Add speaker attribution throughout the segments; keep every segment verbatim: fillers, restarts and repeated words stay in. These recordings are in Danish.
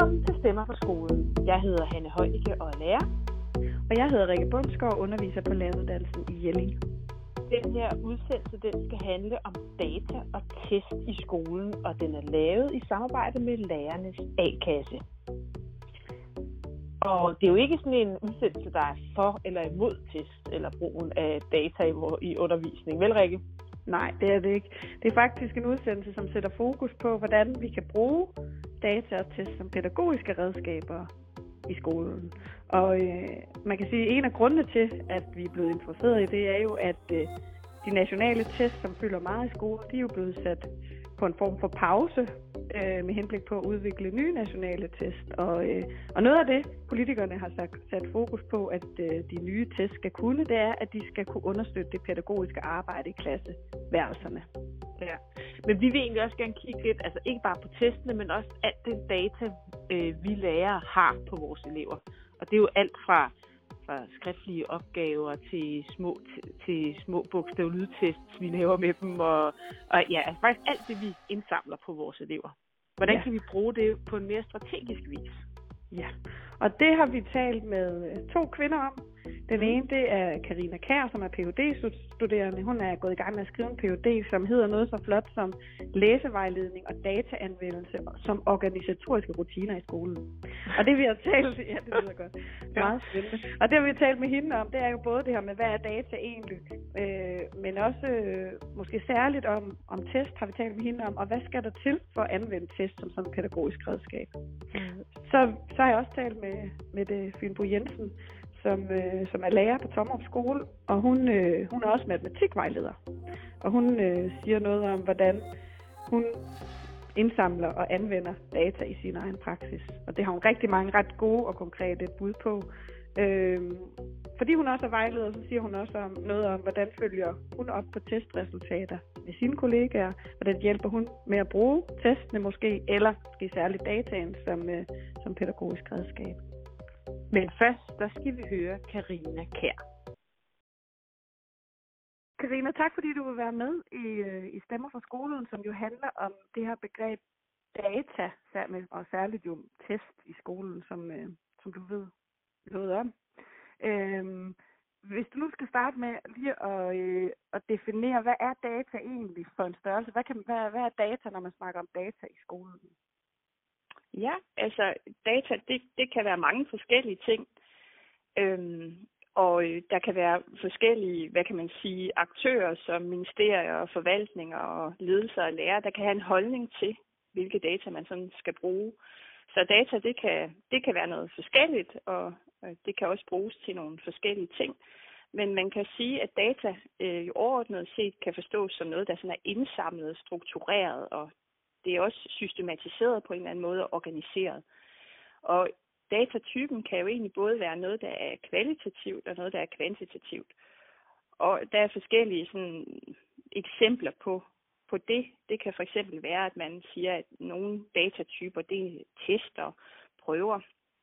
Speaker 1: Velkommen til Stemmer fra skolen. Jeg hedder Hanne Højnicke og er lærer.
Speaker 2: Og jeg hedder Rikke Bundsgaard, underviser på læreruddannelsen i Jelling.
Speaker 1: Den her udsendelse den skal handle om data og test i skolen, og den er lavet i samarbejde med Lærernes A-kasse. Og det er jo ikke sådan en udsendelse, der er for eller imod test eller brugen af data i undervisning. Vel, Rikke?
Speaker 2: Nej, det er det ikke. Det er faktisk en udsendelse, som sætter fokus på, hvordan vi kan bruge data og test som pædagogiske redskaber i skolen. Og øh, man kan sige, at en af grundene til, at vi er blevet interesseret i det, er jo, at øh, de nationale test, som fylder meget i skolen, de er jo blevet sat på en form for pause øh, med henblik på at udvikle nye nationale test. Og, øh, og noget af det, politikerne har sat, sat fokus på, at øh, de nye test skal kunne, det er, at de skal kunne understøtte det pædagogiske arbejde i klasseværelserne.
Speaker 1: Ja. Men vi vil egentlig også gerne kigge lidt, altså ikke bare på testene, men også alt det data, øh, vi lærere har på vores elever. Og det er jo alt fra, fra skriftlige opgaver til små, til, til små bogstav-lydtests, vi laver med dem, og, og ja, altså faktisk alt det, vi indsamler på vores elever. Hvordan ja. kan vi bruge det på en mere strategisk vis?
Speaker 2: Ja, og det har vi talt med to kvinder om. Den ene, det er Karina Kjær, som er P H D-studerende. Hun er gået i gang med at skrive en P H D, som hedder noget så flot som læsevejledning og dataanvendelse som organisatoriske rutiner i skolen. Og det vi har talt, ja, det lyder godt, meget spændende. Og det vi har talt med hende om, det er jo både det her med, hvad er data egentlig, øh, men også øh, måske særligt om, om test har vi talt med hende om, og hvad skal der til for at anvende test som sådan et pædagogisk redskab. Mm. Så, så har jeg også talt med, med det Fynbo Jensen, som, øh, som er lærer på Tommerup skole, og hun, øh, hun er også matematikvejleder. Og hun øh, siger noget om, hvordan hun indsamler og anvender data i sin egen praksis. Og det har hun rigtig mange ret gode og konkrete bud på. Øh, fordi hun også er vejleder, så siger hun også om noget om, hvordan følger hun op på testresultater med sine kollegaer, hvordan hjælper hun med at bruge testene måske, eller måske særligt dataen som, øh, som pædagogisk redskab.
Speaker 1: Men først, der skal vi høre Karina Kjær.
Speaker 2: Karina, tak fordi du vil være med i, i Stemmer fra skolen, som jo handler om det her begreb data, og særligt jo test i skolen, som, som du ved noget om. Øhm, hvis du nu skal starte med lige at, øh, at definere, hvad er data egentlig for en størrelse? Hvad, kan, hvad, hvad er data, når man snakker om data i skolen?
Speaker 3: Ja, altså data, det, det kan være mange forskellige ting, øhm, og der kan være forskellige, hvad kan man sige, aktører som ministerier og forvaltninger og ledelser og lærere, der kan have en holdning til, hvilke data man sådan skal bruge. Så data, det kan, det kan være noget forskelligt, og det kan også bruges til nogle forskellige ting. Men man kan sige, at data øh, jo overordnet set kan forstås som noget, der sådan er indsamlet, struktureret, og det er også systematiseret på en eller anden måde og organiseret. Og datatypen kan jo egentlig både være noget, der er kvalitativt og noget, der er kvantitativt. Og der er forskellige sådan, eksempler på, på det. Det kan for eksempel være, at man siger, at nogle datatyper, det er tester, prøver.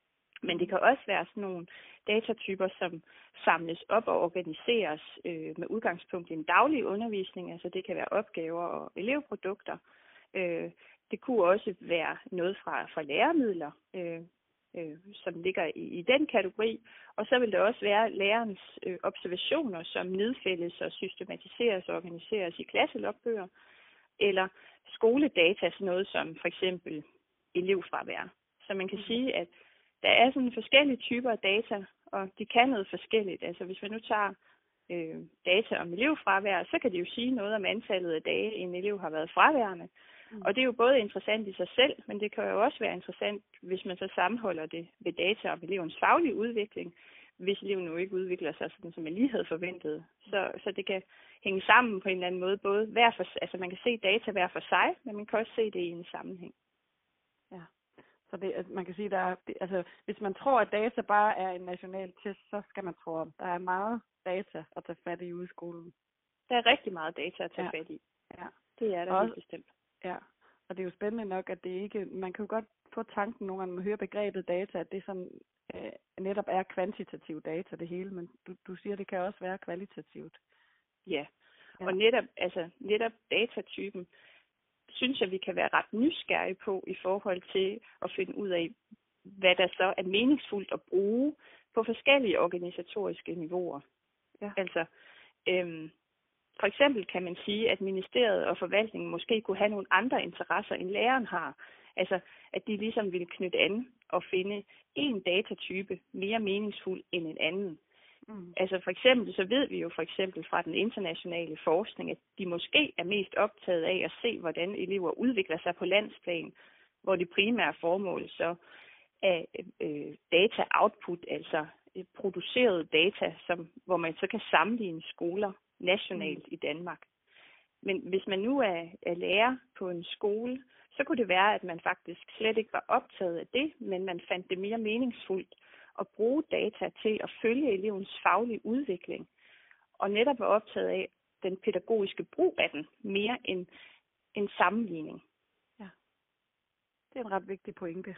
Speaker 3: Men det kan også være sådan nogle datatyper, som samles op og organiseres øh, med udgangspunkt i en daglig undervisning. Altså det kan være opgaver og elevprodukter. Øh, det kunne også være noget fra, fra læremidler, øh, øh, som ligger i, i den kategori. Og så vil det også være lærerens øh, observationer, som nedfældes og systematiseres og organiseres i klasselogbøger. Eller skoledata, sådan noget som for eksempel elevfravær. Så man kan sige, at der er sådan forskellige typer af data, og de kan noget forskelligt. Altså hvis man nu tager øh, data om elevfravær, så kan det jo sige noget om antallet af dage, en elev har været fraværende. Mm. Og det er jo både interessant i sig selv, men det kan jo også være interessant, hvis man så sammenholder det med data om elevens faglige udvikling, hvis eleven nu ikke udvikler sig sådan, som man lige havde forventet. Så, så det kan hænge sammen på en eller anden måde, både hver for, altså man kan se data hver for sig, men man kan også se det i en sammenhæng.
Speaker 2: Ja. Så det, man kan sige, der er, altså, hvis man tror, at data bare er en national test, så skal man tro om. Der er meget data at tage fat i ude i skolen.
Speaker 3: Der er rigtig meget data at tage
Speaker 2: ja.
Speaker 3: fat i.
Speaker 2: Ja.
Speaker 3: Det er der
Speaker 2: også,
Speaker 3: helt bestemt.
Speaker 2: Ja, og det er jo spændende nok, at det ikke, man kan jo godt få tanken nogle gange, når man hører begrebet data, at det sådan, øh, netop er kvantitativ data det hele, men du, du siger, det kan også være kvalitativt.
Speaker 3: Ja, ja. Og netop, altså, netop datatypen, synes jeg, vi kan være ret nysgerrige på i forhold til at finde ud af, hvad der så er meningsfuldt at bruge på forskellige organisatoriske niveauer.
Speaker 2: Ja.
Speaker 3: Altså, øhm, for eksempel kan man sige, at ministeriet og forvaltningen måske kunne have nogle andre interesser, end læreren har. Altså, at de ligesom ville knytte an og finde en datatype mere meningsfuld end en anden. Mm. Altså for eksempel, så ved vi jo for eksempel fra den internationale forskning, at de måske er mest optaget af at se, hvordan elever udvikler sig på landsplan, hvor det primære formål så er øh, data output, altså produceret data, som, hvor man så kan sammenligne skoler nationalt mm. i Danmark. Men hvis man nu er, er lærer på en skole, så kunne det være, at man faktisk slet ikke var optaget af det, men man fandt det mere meningsfuldt at bruge data til at følge elevens faglige udvikling, og netop var optaget af den pædagogiske brug af den, mere end en sammenligning.
Speaker 2: Ja, det er en ret vigtig pointe.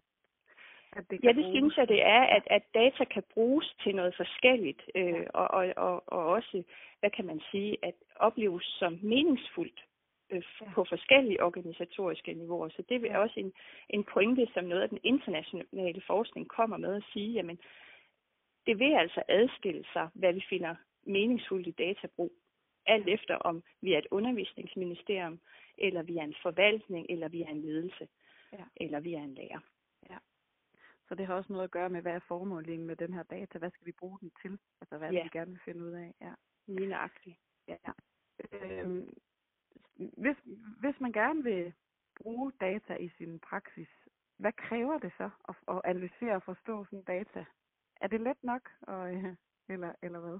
Speaker 3: At det ja, det bruges. Synes jeg, det er, at, at data kan bruges til noget forskelligt, øh, ja. og, og, og, og også, hvad kan man sige, at opleves som meningsfuldt øh, ja. På forskellige organisatoriske niveauer. Så det er ja. Også en, en pointe, som noget af den internationale forskning kommer med at sige, jamen, det vil altså adskille sig, hvad vi finder meningsfuldt i databrug. Alt efter om vi er et undervisningsministerium, eller vi er en forvaltning, eller vi er en ledelse, ja. Eller vi er en lærer.
Speaker 2: Ja. Så det har også noget at gøre med, hvad er formålet med den her data? Hvad skal vi bruge den til? Altså, hvad er det, ja. Vi gerne vil finde ud af? Ja.
Speaker 3: Lige nøjagtigt.
Speaker 2: Ja. Øhm, hvis, hvis man gerne vil bruge data i sin praksis, hvad kræver det så at, at analysere og forstå sådan data? Er det let nok, og, eller, eller hvad?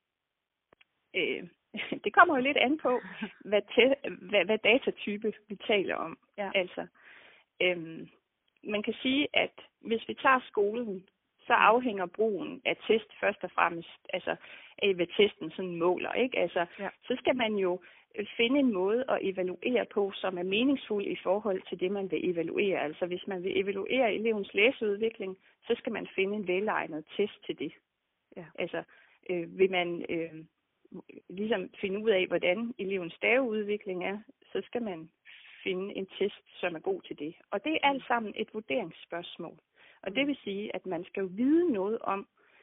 Speaker 3: Øh, det kommer jo lidt an på, hvad, te, hvad, hvad datatype vi taler om.
Speaker 2: Ja.
Speaker 3: Altså, øhm, man kan sige, at hvis vi tager skolen, så afhænger brugen af test først og fremmest altså af, hvad testen sådan måler. Ikke? Altså,
Speaker 2: ja.
Speaker 3: Så skal man jo finde en måde at evaluere på, som er meningsfuld i forhold til det, man vil evaluere. Altså hvis man vil evaluere elevens læseudvikling, så skal man finde en velegnet test til det.
Speaker 2: Ja.
Speaker 3: Altså øh, vil man øh, ligesom finde ud af, hvordan elevens staveudvikling er, så skal man finde en test, som er god til det. Og det er alt sammen et vurderingsspørgsmål. Og det vil sige, at man skal jo vide noget om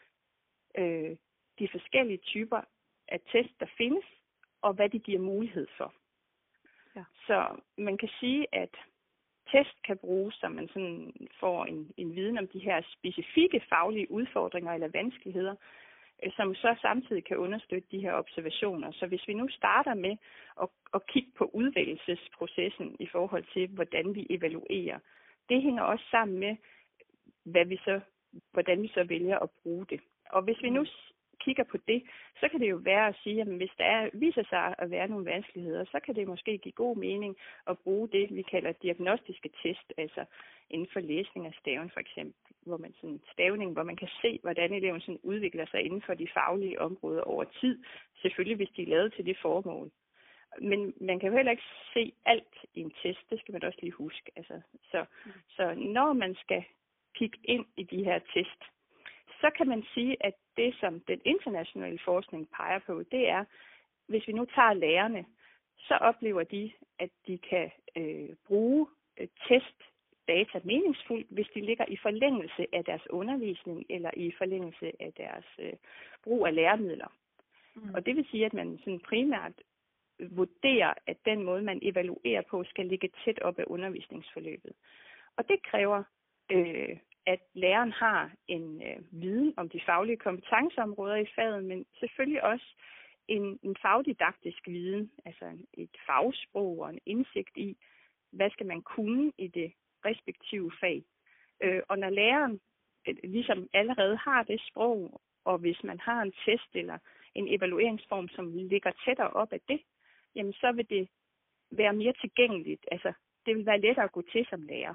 Speaker 3: øh, de forskellige typer af test, der findes, og hvad de giver mulighed for.
Speaker 2: Ja. Så
Speaker 3: man kan sige, at test kan bruges, så man sådan får en, en viden om de her specifikke faglige udfordringer eller vanskeligheder, øh, som så samtidig kan understøtte de her observationer. Så hvis vi nu starter med at, at kigge på udvælgelsesprocessen i forhold til, hvordan vi evaluerer, det hænger også sammen med, hvad vi så, hvordan vi så vælger at bruge det. Og hvis vi nu kigger på det, så kan det jo være at sige, at hvis der er, viser sig at være nogle vanskeligheder, så kan det måske give god mening at bruge det, vi kalder diagnostiske test, altså inden for læsning af staven for eksempel, hvor man sådan stavning, hvor man kan se, hvordan eleven sådan udvikler sig inden for de faglige områder over tid, selvfølgelig hvis de er lavet til det formål. Men man kan jo heller ikke se alt i en test, det skal man også lige huske. Altså, så, mm. så når man skal kigge ind i de her test, så kan man sige, at det, som den internationale forskning peger på, det er, hvis vi nu tager lærerne, så oplever de, at de kan øh, bruge øh, testdata meningsfuldt, hvis de ligger i forlængelse af deres undervisning eller i forlængelse af deres øh, brug af læremidler. Mm. Og det vil sige, at man sådan primært vurderer, at den måde, man evaluerer på, skal ligge tæt op af undervisningsforløbet. Og det kræver øh, at læreren har en øh, viden om de faglige kompetenceområder i faget, men selvfølgelig også en, en fagdidaktisk viden, altså et fagsprog og en indsigt i, hvad skal man kunne i det respektive fag. Øh, og når læreren øh, ligesom allerede har det sprog, og hvis man har en test eller en evalueringsform, som ligger tættere op af det, jamen så vil det være mere tilgængeligt. Altså, det vil være lettere at gå til som lærer.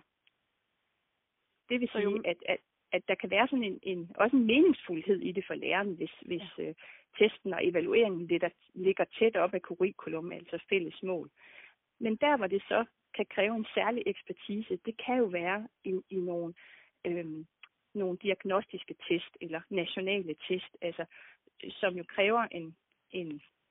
Speaker 3: Det vil sige, at, at, at der kan være sådan en, en, også en meningsfuldhed i det for læreren, hvis, hvis ja. øh, testen og evalueringen ligger, ligger tæt op af curriculum, altså fælles mål. Men der, hvor det så kan kræve en særlig ekspertise, det kan jo være i, i nogle, øhm, nogle diagnostiske test eller nationale test, altså, som jo kræver en, en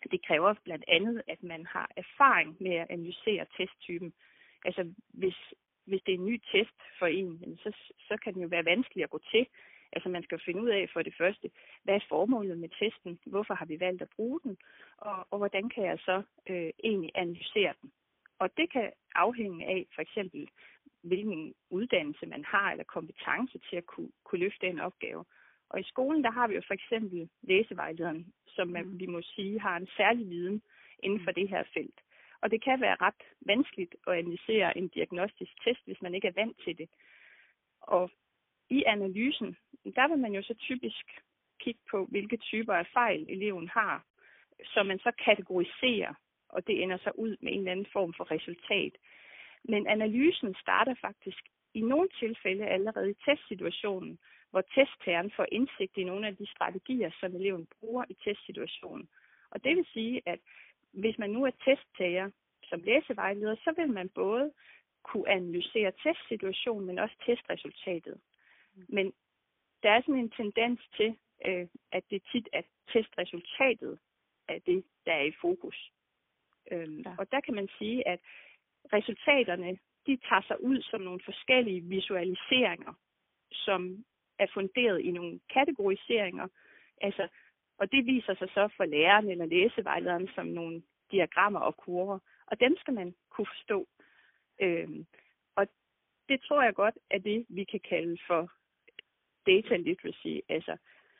Speaker 3: Det kræver blandt andet, at man har erfaring med at analysere testtypen. Altså hvis, hvis det er en ny test for en, så, så kan den jo være vanskelig at gå til. Altså man skal finde ud af for det første, hvad er formålet med testen, hvorfor har vi valgt at bruge den, og, og hvordan kan jeg så øh, egentlig analysere den. Og det kan afhænge af for eksempel, hvilken uddannelse man har, eller kompetence til at kunne, kunne løfte en opgave. Og i skolen, der har vi jo for eksempel læsevejlederen, som man, mm. vi må sige har en særlig viden inden for det her felt. Og det kan være ret vanskeligt at analysere en diagnostisk test, hvis man ikke er vant til det. Og i analysen, der vil man jo så typisk kigge på, hvilke typer af fejl eleven har, så man så kategoriserer, og det ender så ud med en eller anden form for resultat. Men analysen starter faktisk i nogle tilfælde allerede i testsituationen, hvor testtageren får indsigt i nogle af de strategier, som eleven bruger i testsituationen. Og det vil sige, at hvis man nu er testtager som læsevejleder, så vil man både kunne analysere testsituationen, men også testresultatet. Men der er sådan en tendens til, øh, at det tit er testresultatet af det, der er i fokus. Øhm, ja. Og der kan man sige, at resultaterne, de tager sig ud som nogle forskellige visualiseringer, som er funderet i nogle kategoriseringer. Altså, og det viser sig så for læreren eller læsevejlederen som nogle diagrammer og kurver. Og dem skal man kunne forstå. Øhm, og det tror jeg godt er det, vi kan kalde for data literacy. Altså,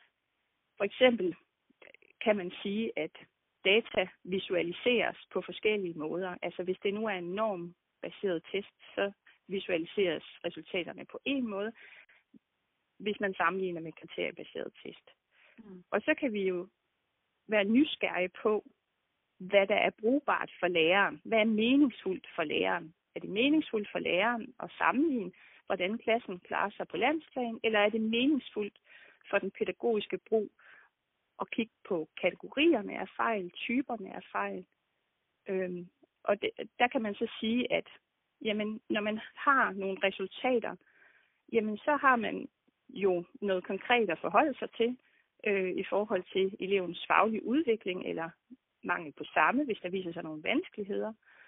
Speaker 3: for eksempel kan man sige, at data visualiseres på forskellige måder. Altså hvis det nu er en normbaseret test, så visualiseres resultaterne på en måde, hvis man sammenligner med kriteriebaseret test. Mm. Og så kan vi jo være nysgerrige på, hvad der er brugbart for læreren. Hvad er meningsfuldt for læreren? Er det meningsfuldt for læreren at sammenligne, hvordan klassen klarer sig på landsplan, eller er det meningsfuldt for den pædagogiske brug at kigge på kategorierne af fejl, typerne af fejl? Øhm, og det, der kan man så sige, at jamen, når man har nogle resultater, jamen, så har man jo noget konkret at forholde sig til øh, i forhold til elevens faglige udvikling eller mangel på samme, hvis der viser sig nogle vanskeligheder.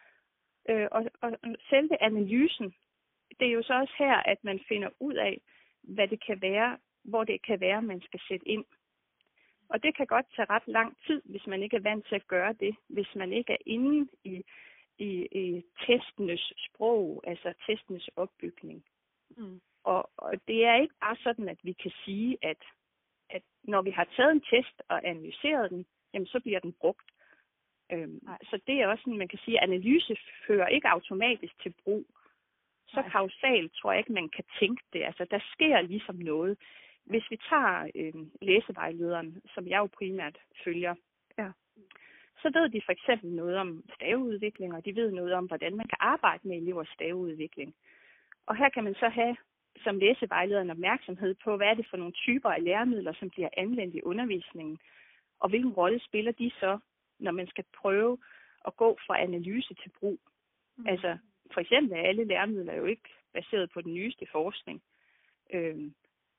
Speaker 3: Øh, og, og selve analysen, det er jo så også her, at man finder ud af, hvad det kan være, hvor det kan være, man skal sætte ind. Og det kan godt tage ret lang tid, hvis man ikke er vant til at gøre det, hvis man ikke er inde i, i, i testenes sprog, altså testenes opbygning. Mm. Og, og det er ikke bare sådan, at vi kan sige, at, at når vi har taget en test og analyseret den, jamen så bliver den brugt. Øhm, så det er også sådan, man kan sige, at analyse fører ikke automatisk til brug. Så kausalt tror jeg ikke, man kan tænke det. Altså, der sker ligesom noget. Hvis vi tager øh, læsevejlederen, som jeg jo primært følger, ja, så ved de for eksempel noget om staveudvikling, og de ved noget om, hvordan man kan arbejde med elevers staveudvikling. Og her kan man så have som læsevejleder en opmærksomhed på, hvad er det for nogle typer af læremidler, som bliver anvendt i undervisningen, og hvilken rolle spiller de så, når man skal prøve at gå fra analyse til brug. Mm. Altså, for eksempel er alle læremidler jo ikke baseret på den nyeste forskning. Øhm,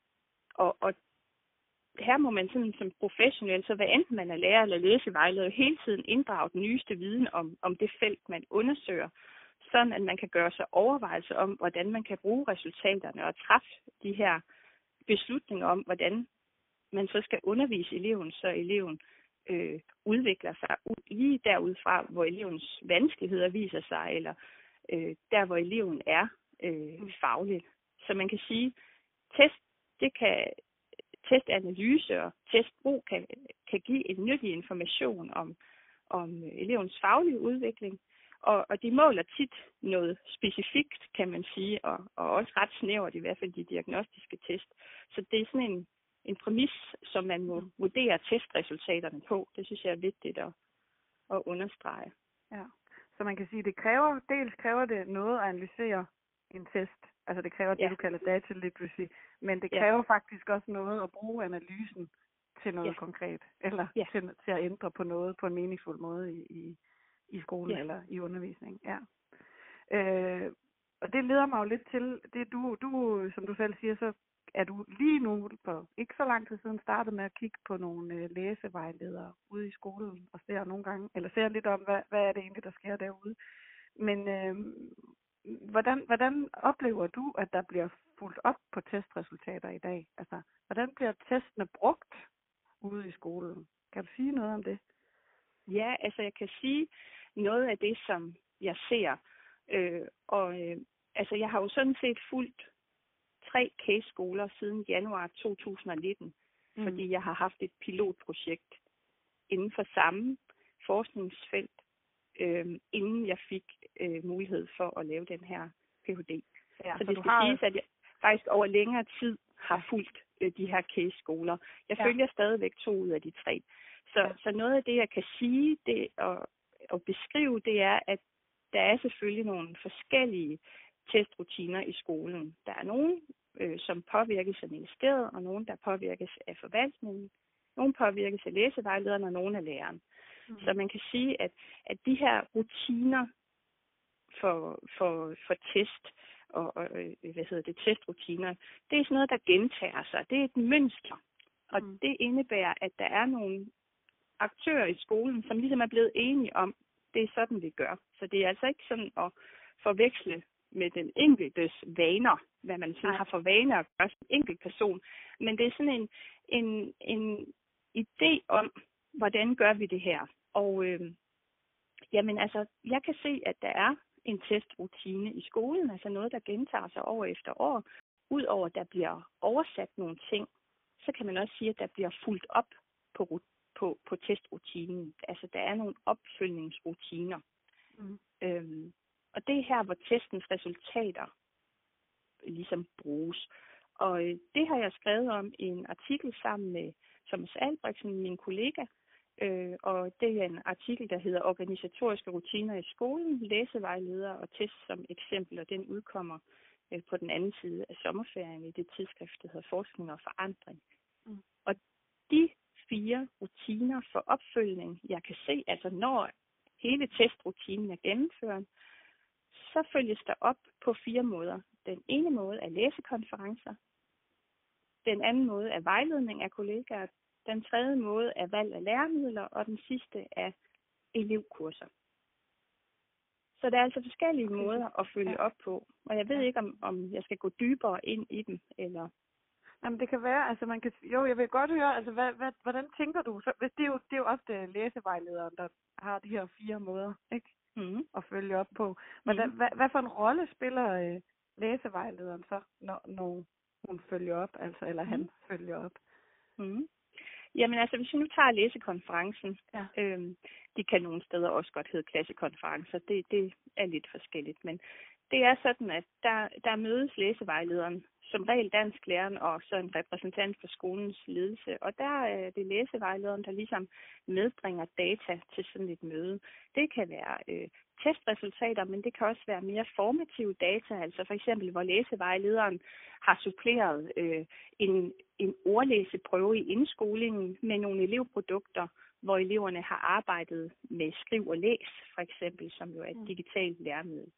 Speaker 3: og, og her må man sådan, som professionel, så hvad enten man er lærer eller læsevejleder, hele tiden inddrage den nyeste viden om, om det felt, man undersøger, sådan at man kan gøre sig overvejelser om, hvordan man kan bruge resultaterne og træffe de her beslutninger om, hvordan man så skal undervise eleven, så eleven øh, udvikler sig lige derudfra, hvor elevens vanskeligheder viser sig, eller øh, der, hvor eleven er øh, fagligt. Så man kan sige, test, det kan, testanalyse og testbrug kan, kan give en nyttig information om, om elevens faglige udvikling, og, og de måler tit noget specifikt, kan man sige, og, og også ret snævert, i hvert fald de diagnostiske test. Så det er sådan en, en præmis, som man må vurdere testresultaterne på. Det synes jeg er vigtigt at, at understrege.
Speaker 2: Ja. Så man kan sige, at det kræver, dels kræver det noget at analysere en test. Altså det kræver det, ja. Du kalder data literacy. Men det kræver ja. faktisk også noget at bruge analysen til noget ja. konkret. Eller ja. til, til at ændre på noget på en meningsfuld måde i, i, i skolen ja. eller i undervisning. Ja. Øh, og det leder mig jo lidt til, det du, du, som du selv siger, så er du lige nu, for ikke så lang tid siden, startet med at kigge på nogle øh, læsevejledere ude i skolen, og ser nogle gange, eller ser lidt om, hvad, hvad er det egentlig, der sker derude. Men øh, hvordan, hvordan oplever du, at der bliver fulgt op på testresultater i dag? Altså, hvordan bliver testene brugt ude i skolen? Kan du sige noget om det?
Speaker 3: Ja, altså jeg kan sige noget af det, som jeg ser. Øh, og øh, altså jeg har jo sådan set fulgt tre case-skoler siden januar to tusind og nitten, mm. fordi jeg har haft et pilotprojekt inden for samme forskningsfelt, øh, inden jeg fik øh, mulighed for at lave den her P H D. Ja, så, så det skal har... siges, at jeg faktisk over længere tid har fulgt øh, de her case-skoler. Jeg ja. følger stadigvæk to ud af de tre. Så, ja. så noget af det, jeg kan sige det og, og beskrive, det er, at der er selvfølgelig nogle forskellige testrutiner i skolen. Der er nogen, øh, som påvirkes af ministeriet, og nogen, der påvirkes af forvaltningen. Nogle påvirkes af læsevejlederen, og nogle af læreren. Mm. Så man kan sige, at, at de her rutiner for, for, for test og, og hvad hedder det, testrutiner, det er sådan noget, der gentager sig. Det er et mønster, og mm. det indebærer, at der er nogle aktører i skolen, som ligesom er blevet enige om, det er sådan, vi gør. Så det er altså ikke sådan at forveksle med den enkeltes vaner, hvad man sådan har for vaner at gøre som enkelt person. Men det er sådan en, en, en idé om, hvordan gør vi det her. Og øh, jamen altså, jeg kan se, at der er en testrutine i skolen, altså noget, der gentager sig år efter år. Udover at der bliver oversat nogle ting, så kan man også sige, at der bliver fulgt op på, på, på testrutinen. Altså, der er nogle opfølgningsrutiner. Mm. Øhm, og det er her, hvor testens resultater ligesom bruges. Og øh, det har jeg skrevet om i en artikel sammen med Thomas Albrechtsen, min kollega. Øh, og det er en artikel, der hedder Organisatoriske rutiner i skolen, læsevejledere og test som eksempel, og den udkommer øh, på den anden side af sommerferien i det tidsskrift, der hedder Forskning og Forandring. Mm. Og de fire rutiner for opfølgning, jeg kan se, altså når hele testrutinen er gennemført, så følges der op på fire måder. Den ene måde er læsekonferencer. Den anden måde er vejledning af kollegaer. Den tredje måde er valg af læremidler, og den sidste er elevkurser. Så der er altså forskellige måder at følge ja. op på, og jeg ved ikke, om, om jeg skal gå dybere ind i dem, eller...
Speaker 2: Jamen det kan være, altså man kan, jo, jeg vil godt høre, altså hvad, hvad, hvordan tænker du, så, det, er jo, det er jo ofte læsevejlederen, der har de her fire måder, ikke, mm. at følge op på. Men mm. hvad, hvad for en rolle spiller øh, læsevejlederen så, når, når hun følger op, altså, eller mm. han følger op?
Speaker 3: Mm. Jamen altså, hvis vi nu tager læsekonferencen, ja. øhm, de kan nogle steder også godt hedde klassekonferencer, det, det er lidt forskelligt, men det er sådan, at der, der mødes læsevejlederen, som regel dansklæreren og så en repræsentant for skolens ledelse. Og der er det læsevejlederen, der ligesom medbringer data til sådan et møde. Det kan være øh, testresultater, men det kan også være mere formative data, altså for eksempel, hvor læsevejlederen har suppleret øh, en, en ordlæseprøve i indskolingen med nogle elevprodukter, hvor eleverne har arbejdet med skriv og læs, for eksempel, som jo er et digitalt læremiddel.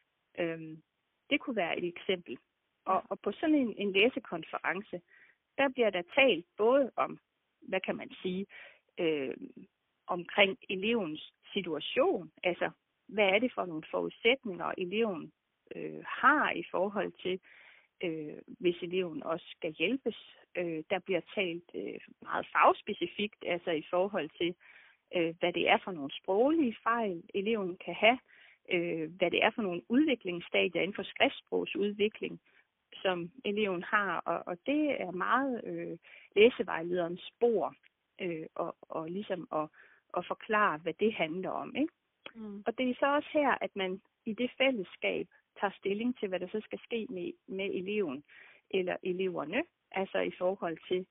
Speaker 3: Øhm, det kunne være et eksempel. Og, og på sådan en, en læsekonference, der bliver der talt både om, hvad kan man sige, øh, omkring elevens situation, altså hvad er det for nogle forudsætninger, eleven øh, har i forhold til, øh, hvis eleven også skal hjælpes. Øh, der bliver talt øh, meget fagspecifikt, altså i forhold til, øh, hvad det er for nogle sproglige fejl, eleven kan have, øh, hvad det er for nogle udviklingsstadier inden for skriftsprogsudvikling, som eleven har, og, og det er meget øh, læsevejlederens spor, øh, og, og ligesom at, at forklare, hvad det handler om, ikke? Mm. Og det er så også her, at man i det fællesskab tager stilling til, hvad der så skal ske med, med eleven eller eleverne, altså i forhold til,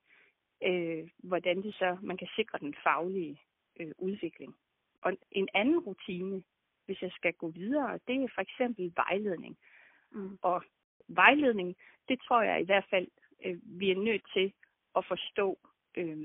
Speaker 3: øh, hvordan det så, man kan sikre den faglige øh, udvikling. Og en anden rutine, hvis jeg skal gå videre, det er for eksempel vejledning. Mm. Og vejledning, det tror jeg i hvert fald, øh, vi er nødt til at forstå øh,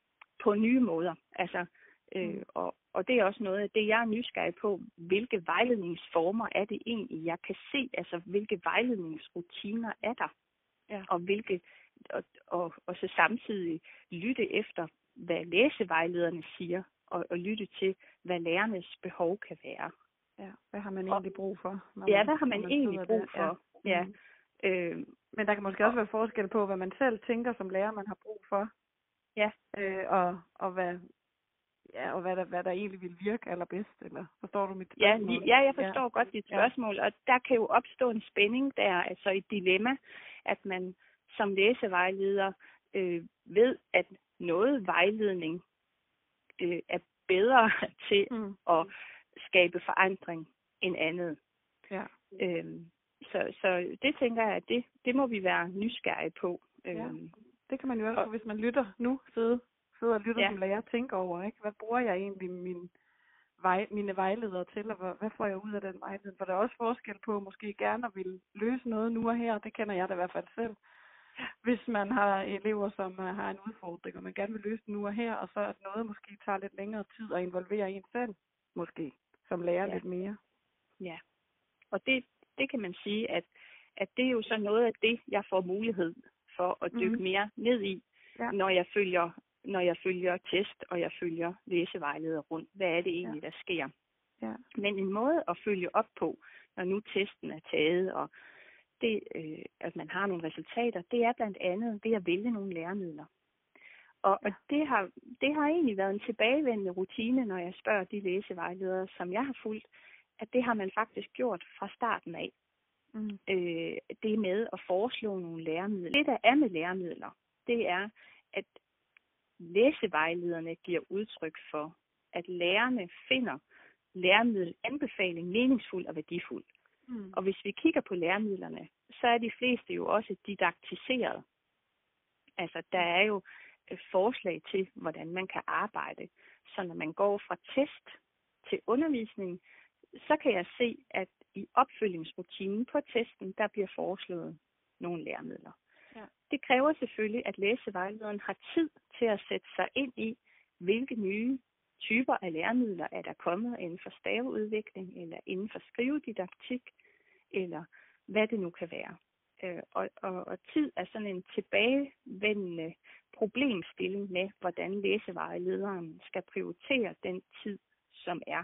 Speaker 3: på nye måder. Altså, øh, mm. og, og det er også noget af det, jeg er nysgerrig på, hvilke vejledningsformer er det egentlig, jeg kan se, altså hvilke vejledningsrutiner er der, ja. og hvilke og, og, og så samtidig lytte efter, hvad læsevejlederne siger, og, og lytte til, hvad lærernes behov kan være.
Speaker 2: Ja, hvad har man egentlig brug for?
Speaker 3: Ja, man, hvad har man, man egentlig brug der? for? Ja. Ja.
Speaker 2: Mm. Øh, Men der kan måske også være forskel på, hvad man selv tænker som lærer, man har brug for.
Speaker 3: Ja.
Speaker 2: Øh, og, og hvad... Ja, og hvad der, hvad der egentlig vil virke allerbedst, eller forstår du mit spørgsmål?
Speaker 3: Ja, ja jeg forstår ja. godt dit spørgsmål, ja. Og der kan jo opstå en spænding der, altså et dilemma, at man som læsevejleder øh, ved, at noget vejledning øh, er bedre til mm. at skabe forandring end andet.
Speaker 2: Ja.
Speaker 3: Øhm, så, så det tænker jeg, at det, det må vi være nysgerrige på.
Speaker 2: Ja. Øhm, det kan man jo også, og, hvis man lytter nu, sidde sidder og lytter ja. som lærer, tænker over, ikke? Hvad bruger jeg egentlig min vej, mine vejledere til, og hvad, hvad får jeg ud af den vejledning? For der er også forskel på, måske gerne at ville løse noget nu og her, det kender jeg da i hvert fald selv. Hvis man har elever, som har en udfordring, og man gerne vil løse den nu og her, og så at noget måske tager lidt længere tid at involvere en selv, måske, som lærer ja. lidt mere.
Speaker 3: Ja, og det, det kan man sige, at, at det er jo så noget af det, jeg får mulighed for at dykke mm. mere ned i, ja. når jeg følger når jeg følger test, og jeg følger læsevejleder rundt. Hvad er det egentlig, ja. der sker?
Speaker 2: Ja.
Speaker 3: Men en måde at følge op på, når nu testen er taget, og det, øh, at man har nogle resultater, det er blandt andet det at vælge nogle læremidler. Og, ja. og det, har, det har egentlig været en tilbagevendende rutine, når jeg spørger de læsevejledere, som jeg har fulgt, at det har man faktisk gjort fra starten af. Mm. Øh, det med at foreslå nogle læremidler. Det, der er med læremidler, det er, at læsevejlederne giver udtryk for, at lærerne finder læremiddelanbefaling meningsfuld og værdifuld. Mm. Og hvis vi kigger på læremidlerne, så er de fleste jo også didaktiseret. Altså, der er jo et forslag til, hvordan man kan arbejde. Så når man går fra test til undervisning, så kan jeg se, at i opfølgningsrutinen på testen, der bliver foreslået nogle læremidler. Ja. Det kræver selvfølgelig, at læsevejlederen har tid til at sætte sig ind i, hvilke nye typer af læremidler er der kommet inden for staveudvikling, eller inden for skrivedidaktik, eller hvad det nu kan være. Øh, og, og, og tid er sådan en tilbagevendende problemstilling med, hvordan læsevejlederen skal prioritere den tid, som er.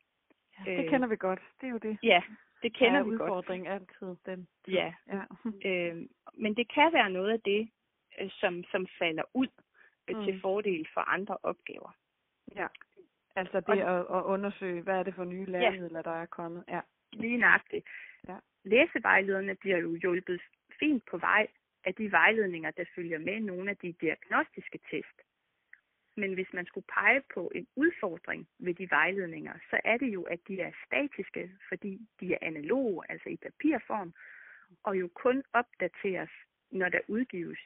Speaker 2: Ja, det øh, kender vi godt. Det er jo det.
Speaker 3: Ja, det kender vi
Speaker 2: udfordring godt. Altid. Den tid.
Speaker 3: Ja, ja. øh, men det kan være noget af det, øh, som, som falder ud øh, mm. til fordel for andre opgaver.
Speaker 2: Ja, altså det og, at, at undersøge, hvad er det for nye læremidler, ja. der er kommet. Ja.
Speaker 3: Lige nøjagtigt. Ja. Læsevejlederne bliver jo hjulpet fint på vej af de vejledninger, der følger med nogle af de diagnostiske test. Men hvis man skulle pege på en udfordring ved de vejledninger, så er det jo, at de er statiske, fordi de er analoge, altså i papirform, og jo kun opdateres, når der udgives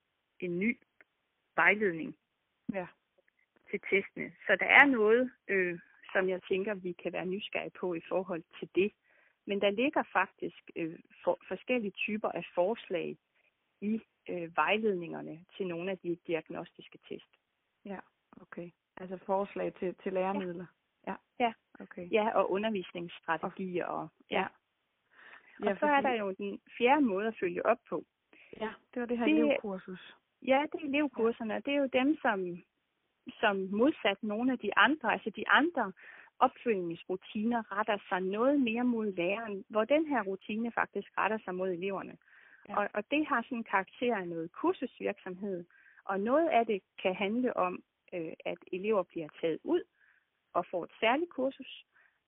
Speaker 3: en ny vejledning ja. til testene. Så der er noget, øh, som jeg tænker, vi kan være nysgerrige på i forhold til det. Men der ligger faktisk øh, for, forskellige typer af forslag i øh, vejledningerne til nogle af de diagnostiske test.
Speaker 2: Ja, okay. Altså forslag til, til læremidler.
Speaker 3: Ja. Ja. Ja. Okay. Ja, og undervisningsstrategier. Og, ja. Ja. Og ja, så fordi... er der jo den fjerde måde at følge op på.
Speaker 2: Ja, det var det her det, elevkursus.
Speaker 3: Ja, det er elevkurserne. Ja. Det er jo dem, som, som modsat nogle af de andre, altså de andre opfølgningsrutiner retter sig noget mere mod læreren, hvor den her rutine faktisk retter sig mod eleverne. Ja. Og, og det har sådan en karakter af noget kursusvirksomhed, og noget af det kan handle om, øh, at elever bliver taget ud og får et særligt kursus.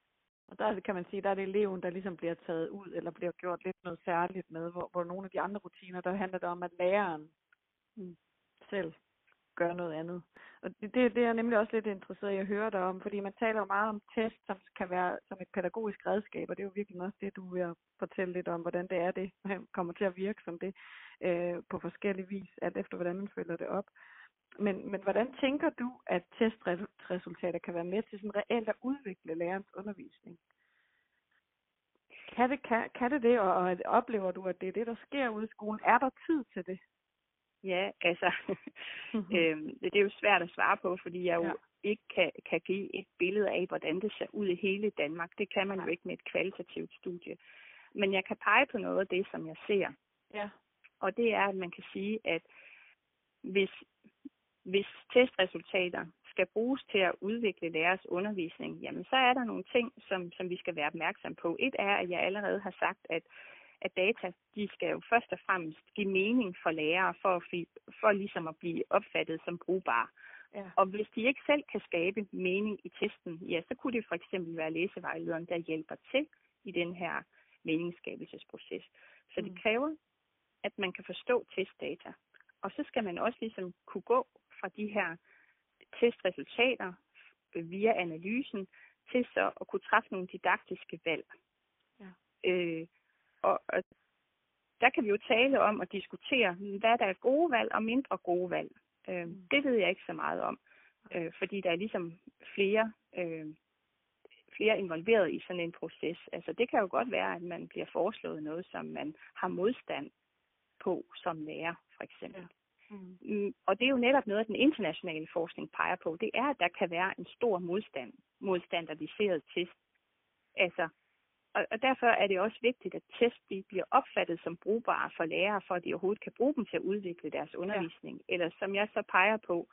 Speaker 2: Og der kan man sige, der er det eleven, der ligesom bliver taget ud, eller bliver gjort lidt noget særligt med, hvor, hvor nogle af de andre rutiner, der handler det om, at læreren mm. selv gør noget andet. Og det, det, det er jeg nemlig også lidt interesseret i at høre dig om, fordi man taler jo meget om test, som kan være som et pædagogisk redskab, og det er jo virkelig også det, du vil fortælle lidt om, hvordan det er, det kommer til at virke som det øh, på forskellige vis, alt efter hvordan man følger det op. Men, men hvordan tænker du, at testresultater kan være med til sådan reelt at udvikle lærerens undervisning? Kan det, kan, kan det det, og, og oplever du, at det er det, der sker ude i skolen? Er der tid til det?
Speaker 3: Ja, altså, øhm, det er jo svært at svare på, fordi jeg jo ja. ikke kan, kan give et billede af, hvordan det ser ud i hele Danmark. Det kan man ja. jo ikke med et kvalitativt studie. Men jeg kan pege på noget af det, som jeg ser.
Speaker 2: Ja.
Speaker 3: Og det er, at man kan sige, at hvis, hvis testresultater skal bruges til at udvikle lærers undervisning, jamen så er der nogle ting, som, som vi skal være opmærksom på. Et er, at jeg allerede har sagt, at, at data, de skal jo først og fremmest give mening for lærere, for, at, for ligesom at blive opfattet som brugbare. Ja. Og hvis de ikke selv kan skabe mening i testen, ja, så kunne det for eksempel være læsevejlederen, der hjælper til i den her meningsskabelsesproces. Så det kræver, at man kan forstå testdata. Og så skal man også ligesom kunne gå fra de her testresultater via analysen til så at kunne træffe nogle didaktiske valg. Ja. Øh, og, og der kan vi jo tale om og diskutere, hvad der er gode valg og mindre gode valg. Øh, mm. Det ved jeg ikke så meget om, øh, fordi der er ligesom flere, øh, flere involveret i sådan en proces. Altså det kan jo godt være, at man bliver foreslået noget, som man har modstand på som lærer, for eksempel. Ja. Mm. Mm, og det er jo netop noget, den internationale forskning peger på. Det er, at der kan være en stor modstand mod standardiseret test. Altså, og, og derfor er det også vigtigt, at test bliver opfattet som brugbare for lærere, for at de overhovedet kan bruge dem til at udvikle deres undervisning. Ja. Eller som jeg så peger på,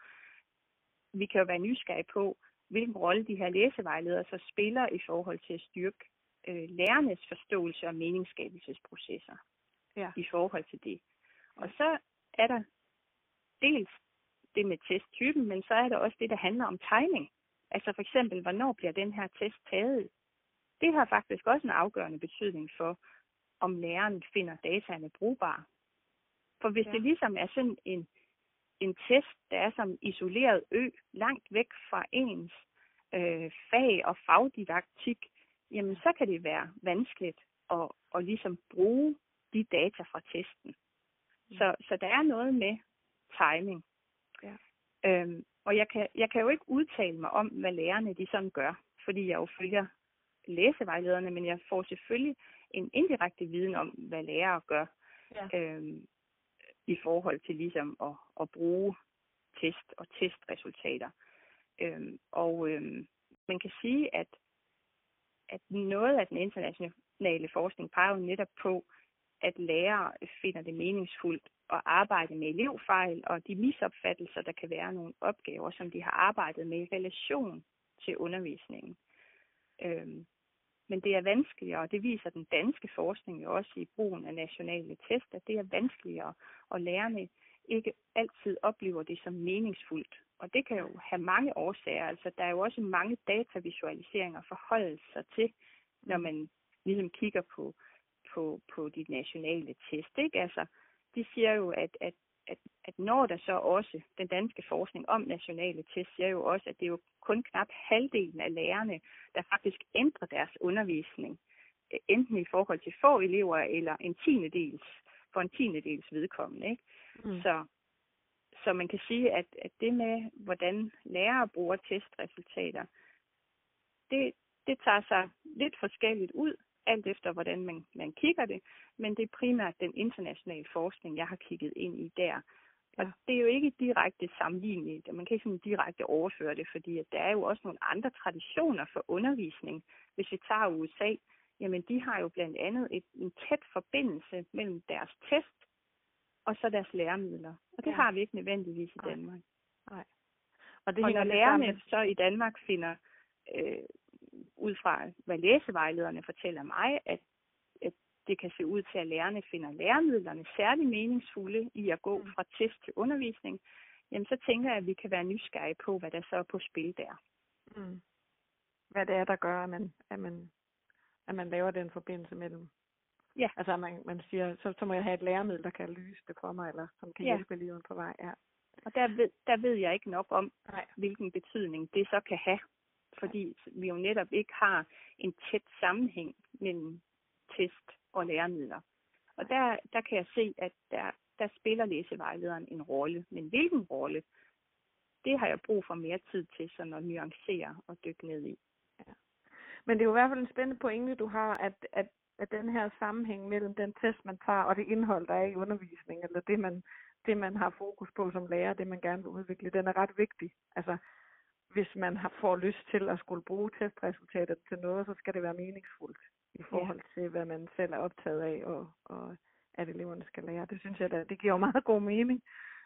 Speaker 3: vi kan jo være nysgerrige på, hvilken rolle de her læsevejledere så spiller i forhold til at styrke øh, lærernes forståelse og meningsskabelsesprocesser. Ja. I forhold til det. Og så er der dels det med testtypen, men så er der også det, der handler om timing. Altså for eksempel, hvornår bliver den her test taget? Det har faktisk også en afgørende betydning for, om læreren finder dataene brugbare. For hvis ja. det ligesom er sådan en, en test, der er som isoleret ø, langt væk fra ens øh, fag og fagdidaktik, jamen så kan det være vanskeligt at, at ligesom bruge de data fra testen. Mm. Så, så der er noget med timing. Ja. Øhm, og jeg kan, jeg kan jo ikke udtale mig om, hvad lærerne de sådan gør, fordi jeg jo følger læsevejlederne, men jeg får selvfølgelig en indirekte viden om, hvad lærere gør ja. øhm, i forhold til ligesom at, at bruge test og testresultater. Øhm, og øhm, man kan sige, at, at noget af den internationale forskning peger jo netop på, at lærere finder det meningsfuldt at arbejde med elevfejl og de misopfattelser, der kan være nogle opgaver, som de har arbejdet med i relation til undervisningen. Øhm, men det er vanskeligere, og det viser den danske forskning jo også i brugen af nationale test, at det er vanskeligere, og lærerne ikke altid oplever det som meningsfuldt. Og det kan jo have mange årsager. Altså, der er jo også mange datavisualiseringer at forholde sig til, når man ligesom kigger på, på, på de nationale test. Ikke? Altså, de siger jo, at, at, at, at når der så også, den danske forskning om nationale test, siger jo også, at det er jo kun knap halvdelen af lærerne, der faktisk ændrer deres undervisning, enten i forhold til få elever, eller en tiendedels, for en tiendedels vedkommende. Ikke? Mm. Så, så man kan sige, at, at det med, hvordan lærere bruger testresultater, det, det tager sig lidt forskelligt ud, alt efter hvordan man, man kigger det, men det er primært den internationale forskning, jeg har kigget ind i der. Ja. Og det er jo ikke direkte sammenligneligt, man kan ikke sådan direkte overføre det, fordi at der er jo også nogle andre traditioner for undervisning. Hvis vi tager U S A, jamen de har jo blandt andet et, en tæt forbindelse mellem deres test og så deres læremidler. Og det ja. har vi ikke nødvendigvis i Danmark. Nej. Og, det og når lærerne med... så i Danmark finder, øh, ud fra hvad læsevejlederne fortæller mig, at, at det kan se ud til, at lærerne finder læremidlerne særlig meningsfulde i at gå fra test til undervisning, jamen så tænker jeg, at vi kan være nysgerrige på, hvad der så er på spil der.
Speaker 2: Mm. Hvad det er, der gør, at man, at man, at man laver den forbindelse mellem. Ja. Altså man, man siger, så, så må jeg have et læremiddel, der kan løse det for mig, eller som kan ja. hjælpe eleven på vej. Ja.
Speaker 3: Og der ved, der ved jeg ikke nok om, Nej. hvilken betydning det så kan have. Fordi vi jo netop ikke har en tæt sammenhæng mellem test og læremidler. Og der, der kan jeg se, at der, der spiller læsevejlederen en rolle. Men hvilken rolle, det har jeg brug for mere tid til sådan at nuancere og dykke ned i.
Speaker 2: Ja. Men det er jo i hvert fald en spændende pointe, du har, at, at, at den her sammenhæng mellem den test, man tager, og det indhold, der er i undervisningen, eller det man, det, man har fokus på som lærer, det man gerne vil udvikle, den er ret vigtig. Altså, hvis man har, får lyst til at skulle bruge testresultatet til noget, så skal det være meningsfuldt i forhold ja. til, hvad man selv er optaget af, og, og at eleverne skal lære. Det synes jeg, da, det giver jo meget god mening.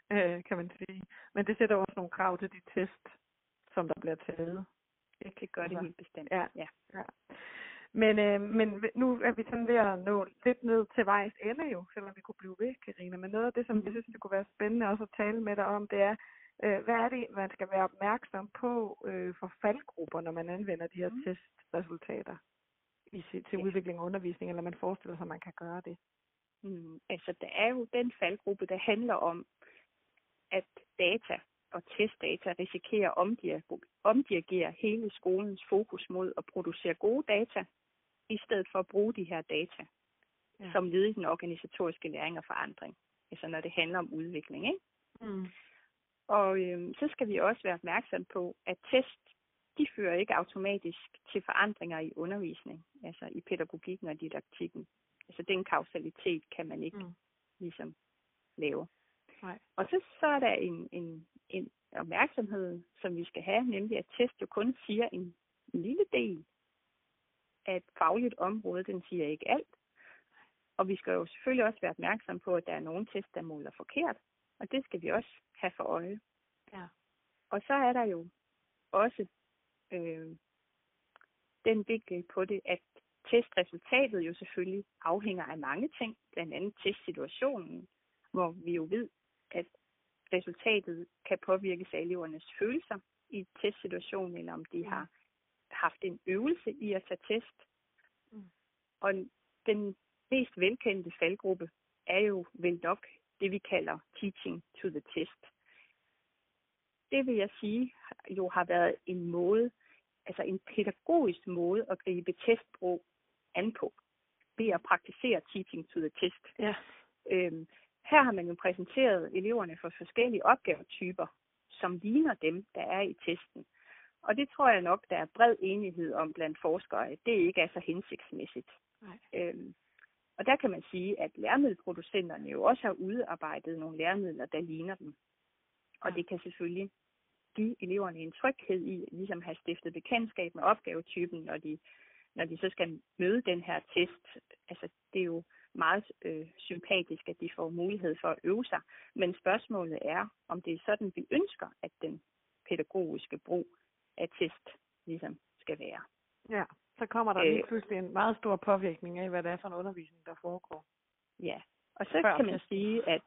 Speaker 2: øh, kan man sige. Men det sætter også nogle krav til de test, som der bliver taget.
Speaker 3: Ikke? Det gør det
Speaker 2: altså,
Speaker 3: helt bestemt.
Speaker 2: Ja.
Speaker 3: ja.
Speaker 2: ja. Men, øh, men nu er vi sådan ved at nå lidt ned til vejs ende jo, selvom vi kunne blive ved, Karina. Men noget af det, som mm. jeg synes, det kunne være spændende også at tale med dig om, det er, øh, hvad er det, man skal være opmærksom på øh, for faldgrupper, når man anvender de her mm. testresultater i, til ja. udvikling og undervisning, eller man forestiller sig, at man kan gøre det?
Speaker 3: Mm, altså, der er jo den faldgruppe, der handler om, at data og testdata risikerer at omdirigere hele skolens fokus mod at producere gode data, i stedet for at bruge de her data ja. som led i den organisatoriske læring og forandring. Altså når det handler om udvikling. Ikke? Mm. Og øhm, så skal vi også være opmærksom på, at test, de fører ikke automatisk til forandringer i undervisning, altså i pædagogikken og didaktikken. Altså den kausalitet kan man ikke mm. ligesom lave. Nej. Og så, så er der en, en, en opmærksomhed, som vi skal have, nemlig at test jo kun siger en, en lille del af et fagligt område, den siger ikke alt. Og vi skal jo selvfølgelig også være opmærksom på, at der er nogle test, der måler forkert, og det skal vi også have for øje. Ja. Og så er der jo også øh, den vinkel på det, at testresultatet jo selvfølgelig afhænger af mange ting, blandt andet testsituationen, hvor vi jo ved, at resultatet kan påvirkes af elevernes følelser i testsituationen, eller om de har haft en øvelse i at tage test. Mm. Og den mest velkendte faldgruppe er jo vel nok det, vi kalder teaching to the test. Det vil jeg sige jo har været en måde, altså en pædagogisk måde at gribe testbrug an på, ved at praktisere teaching to the test. Ja. Øhm, her har man jo præsenteret eleverne for forskellige opgavetyper, som ligner dem, der er i testen. Og det tror jeg nok, der er bred enighed om blandt forskere, at det ikke er så hensigtsmæssigt. Nej. Øhm, og der kan man sige, at læremiddelproducenterne jo også har udarbejdet nogle læremidler, der ligner dem. Og ja. det kan selvfølgelig give eleverne en tryghed i, ligesom have stiftet bekendtskab med opgavetypen, når de, når de så skal møde den her test. Altså, det er jo meget øh, sympatisk, at de får mulighed for at øve sig. Men spørgsmålet er, om det er sådan, vi ønsker, at den pædagogiske brug af test ligesom skal være.
Speaker 2: Ja, så kommer der lige pludselig en meget stor påvirkning af, hvad det er for en undervisning, der foregår.
Speaker 3: Ja, og så Før kan man testen. sige, at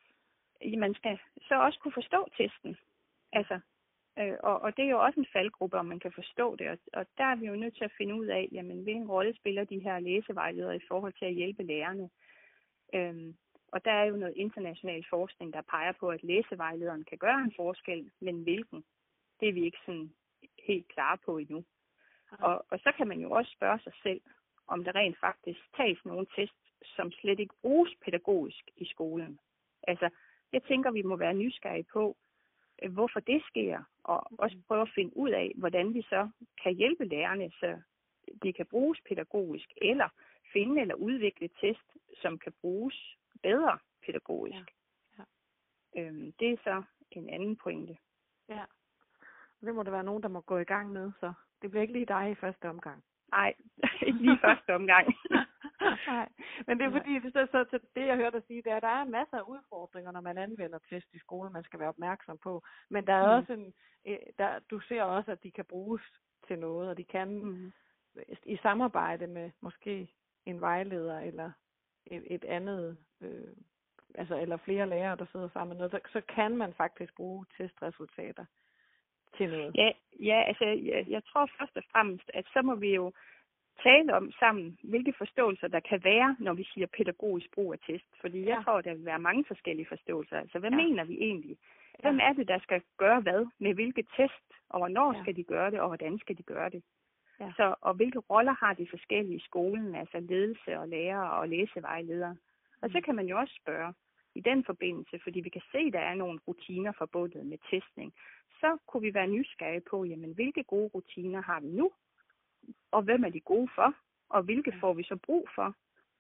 Speaker 3: man skal så også kunne forstå testen. Altså, øh, og, og det er jo også en faldgruppe, om man kan forstå det. Og, og der er vi jo nødt til at finde ud af, jamen, hvilken rolle spiller de her læsevejledere i forhold til at hjælpe lærerne. Øhm, og der er jo noget international forskning, der peger på, at læsevejlederen kan gøre en forskel, men hvilken, det er vi ikke sådan helt klare på endnu. Og, og så kan man jo også spørge sig selv, om der rent faktisk tages nogle test, som slet ikke bruges pædagogisk i skolen. Altså, jeg tænker, vi må være nysgerrige på, hvorfor det sker, og også prøve at finde ud af, hvordan vi så kan hjælpe lærerne, så de kan bruges pædagogisk, eller finde eller udvikle test, som kan bruges bedre pædagogisk. Ja. Ja. Øhm, det er så en anden pointe.
Speaker 2: Ja, det må der være nogen, der må gå i gang med, så det bliver ikke lige dig i første omgang.
Speaker 3: Nej, ikke lige første omgang.
Speaker 2: Nej, men det er fordi, det, så, så, så det jeg hørte dig sige, det er, at der er masser af udfordringer, når man anvender test i skolen, man skal være opmærksom på. Men der er mm. også en, der, du ser også, at de kan bruges til noget, og de kan mm. i samarbejde med måske en vejleder eller et, et andet, øh, altså eller flere lærere, der sidder sammen med noget, så, så kan man faktisk bruge testresultater til noget.
Speaker 3: Ja, ja altså jeg, jeg tror først og fremmest, at så må vi jo tale om sammen, hvilke forståelser der kan være, når vi siger pædagogisk brug af test. Fordi jeg ja. tror, der vil være mange forskellige forståelser. Altså, hvad ja. mener vi egentlig? Hvem er det, der skal gøre hvad? Med hvilke test? Og hvornår ja. skal de gøre det? Og hvordan skal de gøre det? Ja. Så, og hvilke roller har de forskellige i skolen? Altså ledelse og lærere og læsevejledere. Og mm. så kan man jo også spørge i den forbindelse, fordi vi kan se, at der er nogle rutiner forbundet med testning. Så kunne vi være nysgerrige på, jamen, hvilke gode rutiner har vi nu? Og hvem er de gode for? Og hvilke får vi så brug for?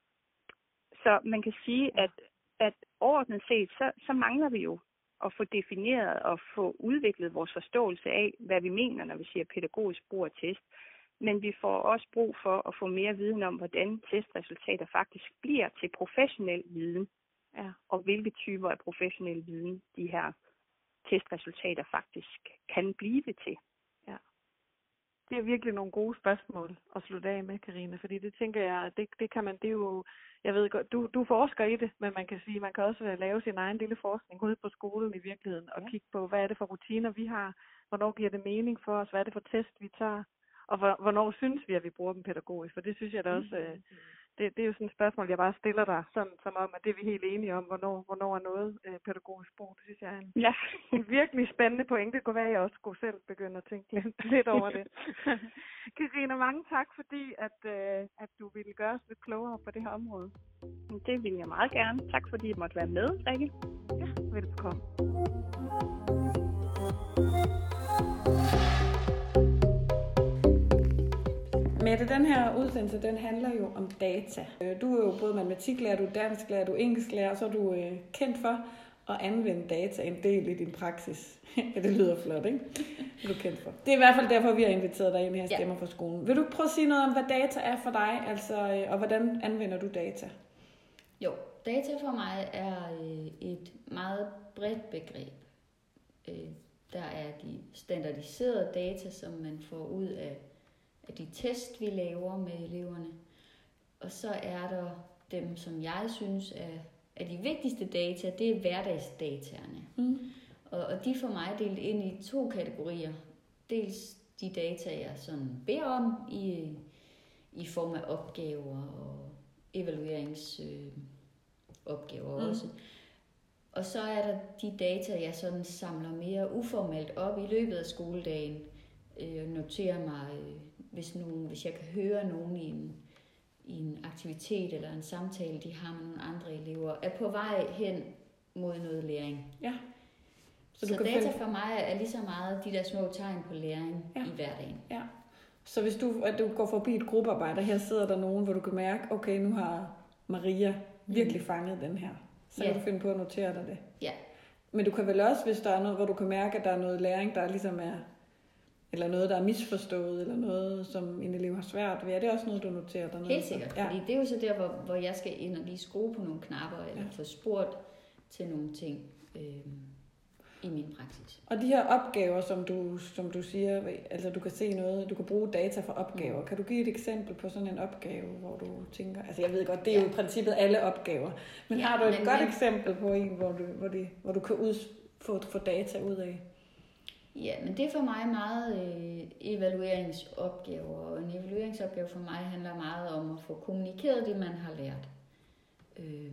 Speaker 3: Så man kan sige, at, at overordnet set, så, så mangler vi jo at få defineret og få udviklet vores forståelse af, hvad vi mener, når vi siger pædagogisk brug af test. Men vi får også brug for at få mere viden om, hvordan testresultater faktisk bliver til professionel viden. Ja. Og hvilke typer af professionel viden de her testresultater faktisk kan blive til.
Speaker 2: Ja. Det er virkelig nogle gode spørgsmål at slutte af med, Karina, fordi det tænker jeg, det, det kan man, det er jo, jeg ved godt, du, du forsker i det, men man kan sige, man kan også lave sin egen lille forskning ude på skolen i virkeligheden, og ja. kigge på, hvad er det for rutiner, vi har, hvornår giver det mening for os, hvad er det for test, vi tager, og hvornår synes vi, at vi bruger dem pædagogisk, for det synes jeg da også, mm-hmm. det, det er jo sådan et spørgsmål, jeg bare stiller dig, sådan, som om, at det er vi helt enige om, hvornår, hvornår er noget øh, pædagogisk brug. Det synes jeg er en,
Speaker 3: ja.
Speaker 2: en virkelig spændende pointe. Det kunne være, at jeg også skulle selv begynde at tænke lidt, lidt over det. Karina, mange tak, fordi at, øh, at du ville gøre os lidt klogere på det her område.
Speaker 3: Det vil jeg meget gerne. Tak fordi I måtte være med, Rikke.
Speaker 2: Ja, velbekomme. Mette, den her udsendelse, den handler jo om data. Du er jo både matematiklærer, du er dansklærer, du er engelsklærer, og så er du øh, kendt for at anvende data en del i din praksis. Ja, det lyder flot, ikke? Det er du kendt for. Det er i hvert fald derfor, vi har inviteret dig ind her Stemmer ja. for skolen. Vil du prøve at sige noget om, hvad data er for dig, altså, og hvordan anvender du data?
Speaker 4: Jo, data for mig er et meget bredt begreb. Der er de standardiserede data, som man får ud af de test, vi laver med eleverne. Og så er der dem, som jeg synes er, er de vigtigste data, det er hverdagsdataerne. Mm. Og, og de er for mig delt ind i to kategorier. Dels de data, jeg sådan beder om i, i form af opgaver og evalueringsopgaver øh, mm. også. Og så er der de data, jeg sådan samler mere uformelt op i løbet af skoledagen. Øh, noterer mig... Øh, Hvis, nogen, hvis jeg kan høre nogen i en, i en aktivitet eller en samtale, de har med nogle andre elever, er på vej hen mod noget læring. Ja. Så, så data finde... for mig er lige så meget de der små tegn på læring ja. i hverdagen. Ja. Så hvis du, at du går forbi et gruppearbejde, her sidder der nogen, hvor du kan mærke, okay, nu har Maria virkelig mm. fanget den her. Så ja. kan du finde på at notere dig det. Ja. Men du kan vel også, hvis der er noget, hvor du kan mærke, at der er noget læring, der ligesom er... Eller noget, der er misforstået, eller noget, som en elev har svært ved. Er det også noget, du noterer dig? Helt sikkert, ja. Fordi det er jo så der, hvor, hvor jeg skal ind og lige skrue på nogle knapper, eller ja. få spurgt til nogle ting øh, i min praksis.
Speaker 2: Og de her opgaver, som du, som du siger, altså du kan se noget, du kan bruge data for opgaver. Mm. Kan du give et eksempel på sådan en opgave, hvor du tænker, altså jeg ved godt, det er ja. jo i princippet alle opgaver, men ja, har du et men, godt men... eksempel på en, hvor du, hvor det, hvor du kan ud, få, få data ud af?
Speaker 4: Ja, men det er for mig meget øh, evalueringsopgaver, og en evalueringsopgave for mig handler meget om at få kommunikeret det, man har lært. Øh,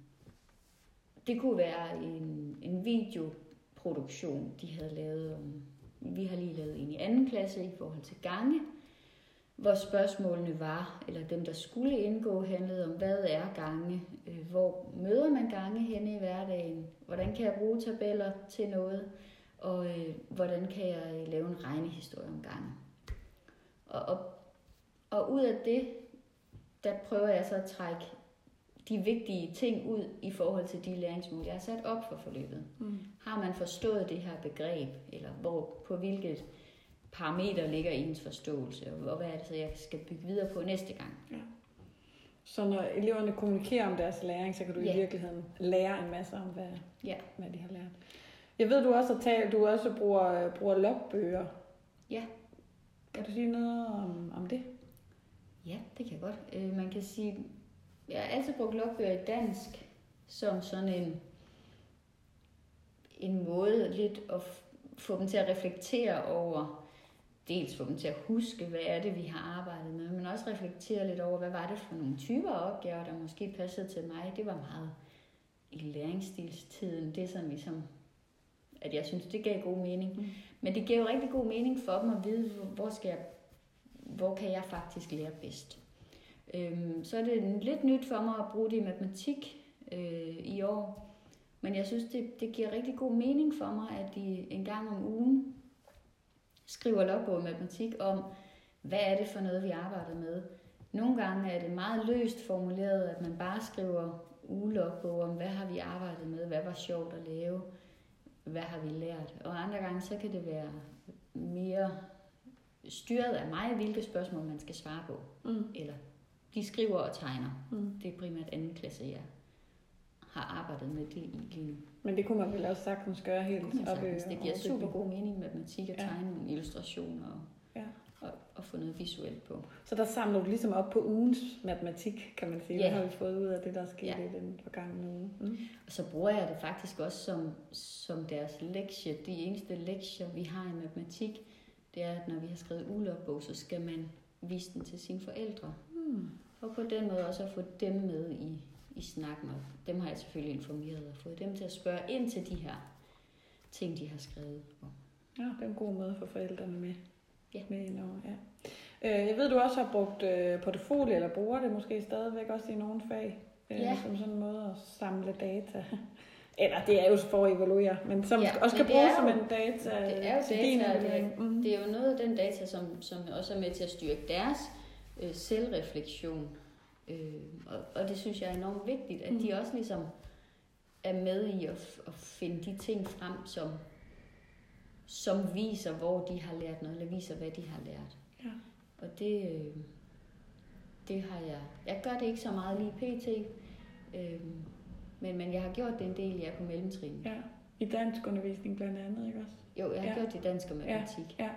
Speaker 4: det kunne være en, en videoproduktion, de havde lavet om, vi har lige lavet en i anden klasse i forhold til gange, hvor spørgsmålene var, eller dem der skulle indgå, handlede om, hvad er gange, øh, hvor møder man gange henne i hverdagen, hvordan kan jeg bruge tabeller til noget, og øh, hvordan kan jeg lave en regnehistorie om gange. Og, og, og ud af det, der prøver jeg så at trække de vigtige ting ud i forhold til de læringsmål, jeg har sat op for forløbet. Mm. Har man forstået det her begreb, eller hvor, på hvilket parameter ligger ens forståelse, og, og hvad er det så, jeg skal bygge videre på næste gang. Ja.
Speaker 2: Så når eleverne kommunikerer om deres læring, så kan du ja. i virkeligheden lære en masse om, hvad, ja. hvad de har lært. Jeg ved, du også, at du også bruger, bruger logbøger. Ja. Kan du sige noget om, om det?
Speaker 4: Ja, det kan jeg godt. Øh, man kan sige, jeg har altid brugt logbøger i dansk som sådan en, en måde lidt at få dem til at reflektere over, dels få dem til at huske, hvad er det, vi har arbejdet med, men også reflektere lidt over, hvad var det for nogle typer af opgaver, der måske passede til mig. Det var meget i læringsstilstiden. Det er sådan ligesom, at jeg synes, det gav god mening. Mm. Men det gav jo rigtig god mening for dem at vide, hvor, skal jeg, hvor kan jeg faktisk lære bedst. Øhm, så er det lidt nyt for mig at bruge det i matematik øh, i år. Men jeg synes, det, det giver rigtig god mening for mig, at de en gang om ugen skriver logbog i matematik om, hvad er det for noget, vi arbejder med. Nogle gange er det meget løst formuleret, at man bare skriver ugelogbog om, hvad har vi arbejdet med, hvad var sjovt at lave, hvad har vi lært. Og andre gange, så kan det være mere styret af mig, hvilke spørgsmål man skal svare på. Mm. Eller de skriver og tegner. Mm. Det er primært anden klasse, jeg har arbejdet med det i lige nu.
Speaker 2: Men det kunne man vel også sagtens gøre helt op i.
Speaker 4: Det giver super god mening, matematik at tegne nogle illustrationer og,
Speaker 2: ja.
Speaker 4: og, og få noget visuelt på.
Speaker 2: Så der samler du ligesom op på ugens matematik, kan man sige.
Speaker 4: Ja.
Speaker 2: Hvad har vi fået ud af det, der skete
Speaker 4: ja.
Speaker 2: i den forgangne uge? Mm.
Speaker 4: Og så bruger jeg det faktisk også som, som deres lektie. De eneste lektier, vi har i matematik, det er, at når vi har skrevet ugelogbog, så skal man vise den til sine forældre.
Speaker 2: Mm.
Speaker 4: Og på den måde også at få dem med i, i snakken. Og dem har jeg selvfølgelig informeret og fået dem til at spørge ind til de her ting, de har skrevet.
Speaker 2: Ja, det er en god måde for forældrene med.
Speaker 4: Ja.
Speaker 2: med indover, ja. Øh, jeg ved, du også har brugt øh, portefolio, eller bruger det måske stadigvæk også i nogle fag, øh,
Speaker 4: ja.
Speaker 2: som sådan en måde at samle data. Eller det er jo for at evaluere, men som
Speaker 4: ja,
Speaker 2: også kan bruges som en data.
Speaker 4: Det er jo
Speaker 2: til
Speaker 4: data,
Speaker 2: din
Speaker 4: det, mm. det er jo noget af den data, som, som også er med til at styrke deres øh, selvreflektion. Øh, og, og det synes jeg er enormt vigtigt, at mm. de også ligesom er med i at, at finde de ting frem, som, som viser, hvor de har lært noget, eller viser, hvad de har lært.
Speaker 2: Ja.
Speaker 4: Og det, øh, det har jeg... Jeg gør det ikke så meget lige pt., øh, men, men jeg har gjort det en del, ja, på mellemtrin.
Speaker 2: Ja, i dansk undervisning blandt andet, ikke også?
Speaker 4: Jo, jeg har ja. gjort det i dansk og matematik.
Speaker 2: Ja, ja.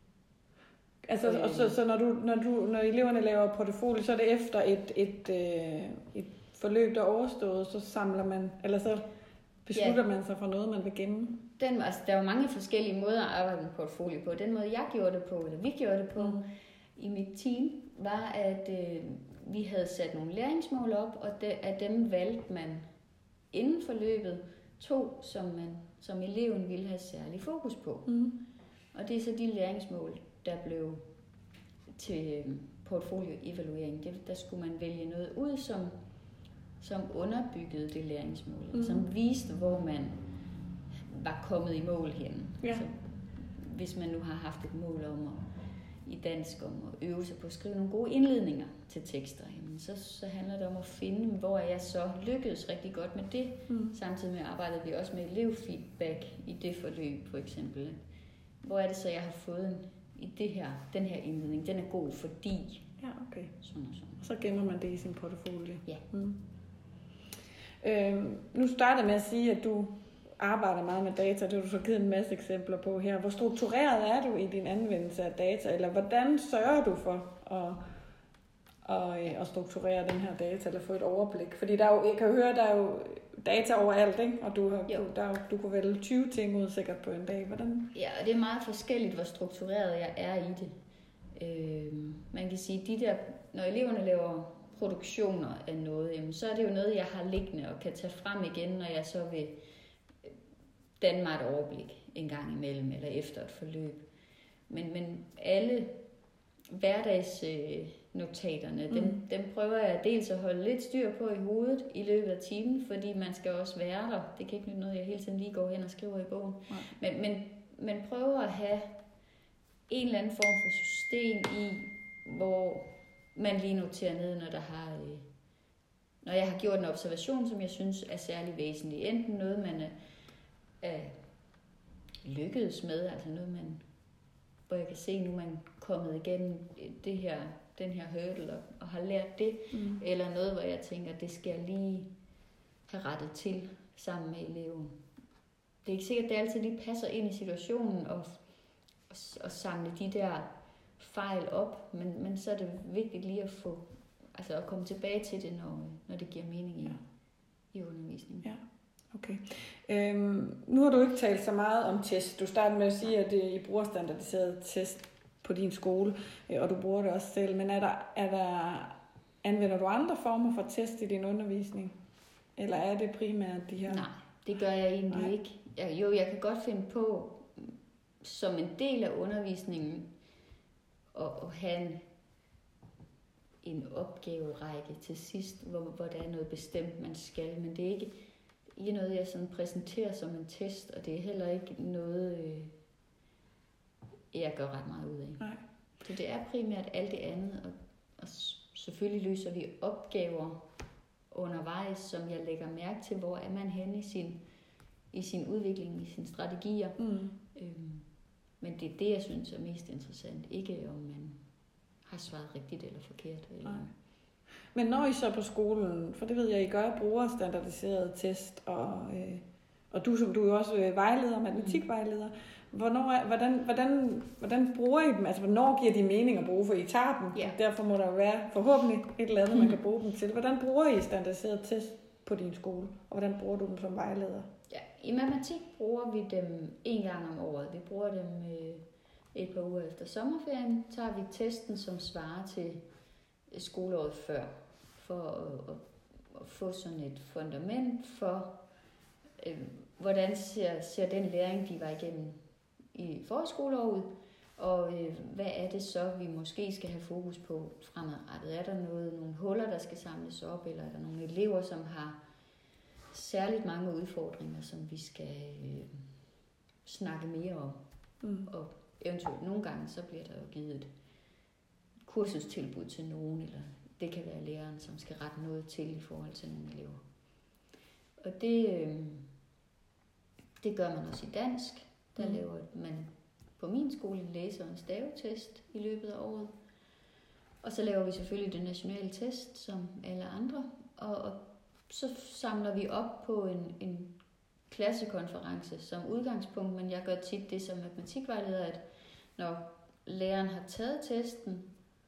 Speaker 2: Altså, øh, og så, så når, du, når, du, når eleverne laver portefolio, så er det efter et, et, et, et forløb, der er overstået, så samler man, eller så beslutter ja. man sig for noget, man vil gemme.
Speaker 4: Den, altså, der var mange forskellige måder at arbejde med portfolio på. Den måde, jeg gjorde det på, eller vi gjorde det på mm. i mit team, var, at øh, vi havde sat nogle læringsmål op, og de, af dem valgte man inden for løbet to, som man som eleven ville have særlig fokus på.
Speaker 2: Mm.
Speaker 4: Og det er så de læringsmål, der blev til portfolioevaluering. Det, der skulle man vælge noget ud, som, som underbyggede det læringsmål, mm. som viste, hvor man var kommet i mål henne.
Speaker 2: Ja.
Speaker 4: Så, hvis man nu har haft et mål om at, i dansk om at øve sig på at skrive nogle gode indledninger til tekster, jamen, så, så handler det om at finde, hvor er jeg så lykkedes rigtig godt med det. Mm. Samtidig med arbejdede vi også med elevfeedback i det forløb, for eksempel. Hvor er det så, jeg har fået en, i det her, den her indledning, den er god, fordi...
Speaker 2: Ja, okay.
Speaker 4: Sådan og sådan.
Speaker 2: Så gemmer man det i sin portefolio.
Speaker 4: Ja.
Speaker 2: Mm. Øhm, nu starter jeg med at sige, at du arbejder meget med data, det har du så givet en masse eksempler på her. Hvor struktureret er du i din anvendelse af data, eller hvordan sørger du for at, at, at strukturere den her data, eller få et overblik? Fordi der er jo, jeg kan jo høre, der er jo data overalt, ikke? Og du, har, du, der, du kunne vælge tyve ting ud sikkert på en dag. Hvordan?
Speaker 4: Ja, og det er meget forskelligt, hvor struktureret jeg er i det. Øh, man kan sige, de der, når eleverne laver produktioner af noget, jamen, så er det jo noget, jeg har liggende og kan tage frem igen, når jeg så vil danne mig et overblik en gang imellem, eller efter et forløb. Men, men alle hverdagsnotaterne, mm. dem, dem prøver jeg dels at holde lidt styr på i hovedet i løbet af timen, fordi man skal også være der. Det kan ikke nytte noget, jeg hele tiden lige går hen og skriver i bogen. Mm. Men, men man prøver at have en eller anden form for system i, hvor man lige noterer ned, når der har... Øh, når jeg har gjort en observation, som jeg synes er særlig væsentlig. Enten noget, man er, er lykkedes med, altså noget, man, hvor jeg kan se, nu er man kommet igennem det her, den her hurdle og, og har lært det, mm. eller noget, hvor jeg tænker, det skal jeg lige have rettet til sammen med eleven. Det er ikke sikkert, at det altid lige passer ind i situationen og, og, og samle de der fejl op, men, men så er det vigtigt lige at få, altså at komme tilbage til det, når, når det giver mening i, ja. i undervisningen.
Speaker 2: Ja, okay. Øhm, nu har du ikke talt så meget om test. Du startede med at sige, at I bruger standardiseret test på din skole, og du bruger det også selv, men er der, er der, anvender du andre former for test i din undervisning? Eller er det primært de her?
Speaker 4: Nej, det gør jeg egentlig Nej. ikke. Jeg, jo, jeg kan godt finde på, som en del af undervisningen, at, at have en, en opgaverække til sidst, hvor, hvor der er noget bestemt, man skal, men det er ikke, ikke noget, jeg sådan præsenterer som en test, og det er heller ikke noget, øh, jeg gør ret meget ud af.
Speaker 2: Nej.
Speaker 4: Så det er primært alt det andet, og, og selvfølgelig løser vi opgaver undervejs, som jeg lægger mærke til, hvor er man henne i sin, i sin udvikling, i sine strategier. Mm. Øhm, men det er det, jeg synes er mest interessant. Ikke om man har svaret rigtigt eller forkert. Eller...
Speaker 5: Men når I så på skolen, for det ved jeg, I gør, bruger standardiserede test, og, øh, og du som du er jo også vejleder, matematikvejleder, hvornår er, hvordan, hvordan, hvordan bruger I dem? Altså, hvornår giver de mening at bruge, for I tager dem?
Speaker 4: Ja.
Speaker 5: Derfor må der jo være forhåbentlig et eller andet, man kan bruge dem til. Hvordan bruger I standardiserede test på din skole, og hvordan bruger du dem som vejleder?
Speaker 4: Ja, i matematik bruger vi dem en gang om året. Vi bruger dem øh, et par uger efter sommerferien. Tager vi testen, som svarer til skoleåret før, for at, at, at få sådan et fundament for, øh, hvordan ser, ser den læring, de var igennem i forskoleåret, og øh, hvad er det så, vi måske skal have fokus på fremadrettet? Er der noget, nogle huller, der skal samles op, eller er der nogle elever, som har særligt mange udfordringer, som vi skal øh, snakke mere om? Mm. Og eventuelt nogle gange, så bliver der jo givet et kursustilbud til nogen, eller det kan være læreren, som skal rette noget til i forhold til nogle elever. Og det, øh, det gør man også i dansk. Der mm. laver man på min skole en læse- og en stavetest i løbet af året. Og så laver vi selvfølgelig den nationale test, som alle andre. Og, og så samler vi op på en, en klassekonference som udgangspunkt, men jeg gør tit det som matematikvejleder, at når læreren har taget testen,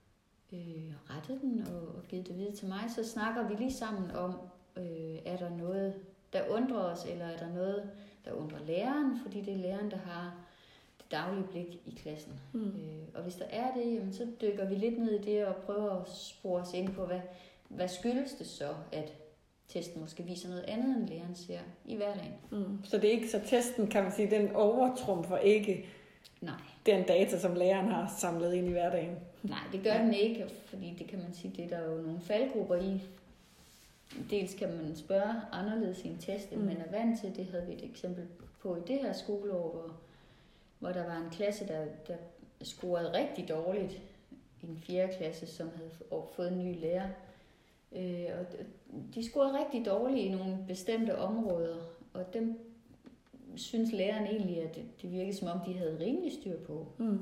Speaker 4: øh, rettet den og, og givet det videre til mig, så snakker vi lige sammen om, øh, er der noget, der undrer os, eller er der noget, der undrer læreren, fordi det er læreren, der har det daglige blik i klassen. Mm. Øh, og hvis der er det, jamen, så dykker vi lidt ned i det og prøver at spore os ind på, hvad, hvad skyldes det så, at testen måske viser noget andet, end læreren ser i hverdagen.
Speaker 5: Mm. Så det er ikke så testen, kan man sige, den overtrumfer ikke
Speaker 4: Nej.
Speaker 5: den data, som læreren har samlet ind i hverdagen?
Speaker 4: Nej, det gør den ikke, fordi det kan man sige, det er der jo nogle faldgrupper i. Dels kan man spørge anderledes i en test, end mm. man er vant til. Det havde vi et eksempel på i det her skoleår, hvor, hvor der var en klasse, der, der scorede rigtig dårligt i en fjerde klasse, som havde fået en ny lærer. Øh, og de scorede rigtig dårligt i nogle bestemte områder, og dem synes læreren egentlig, at det, det virkede som om, de havde rimelig styr på. Mm.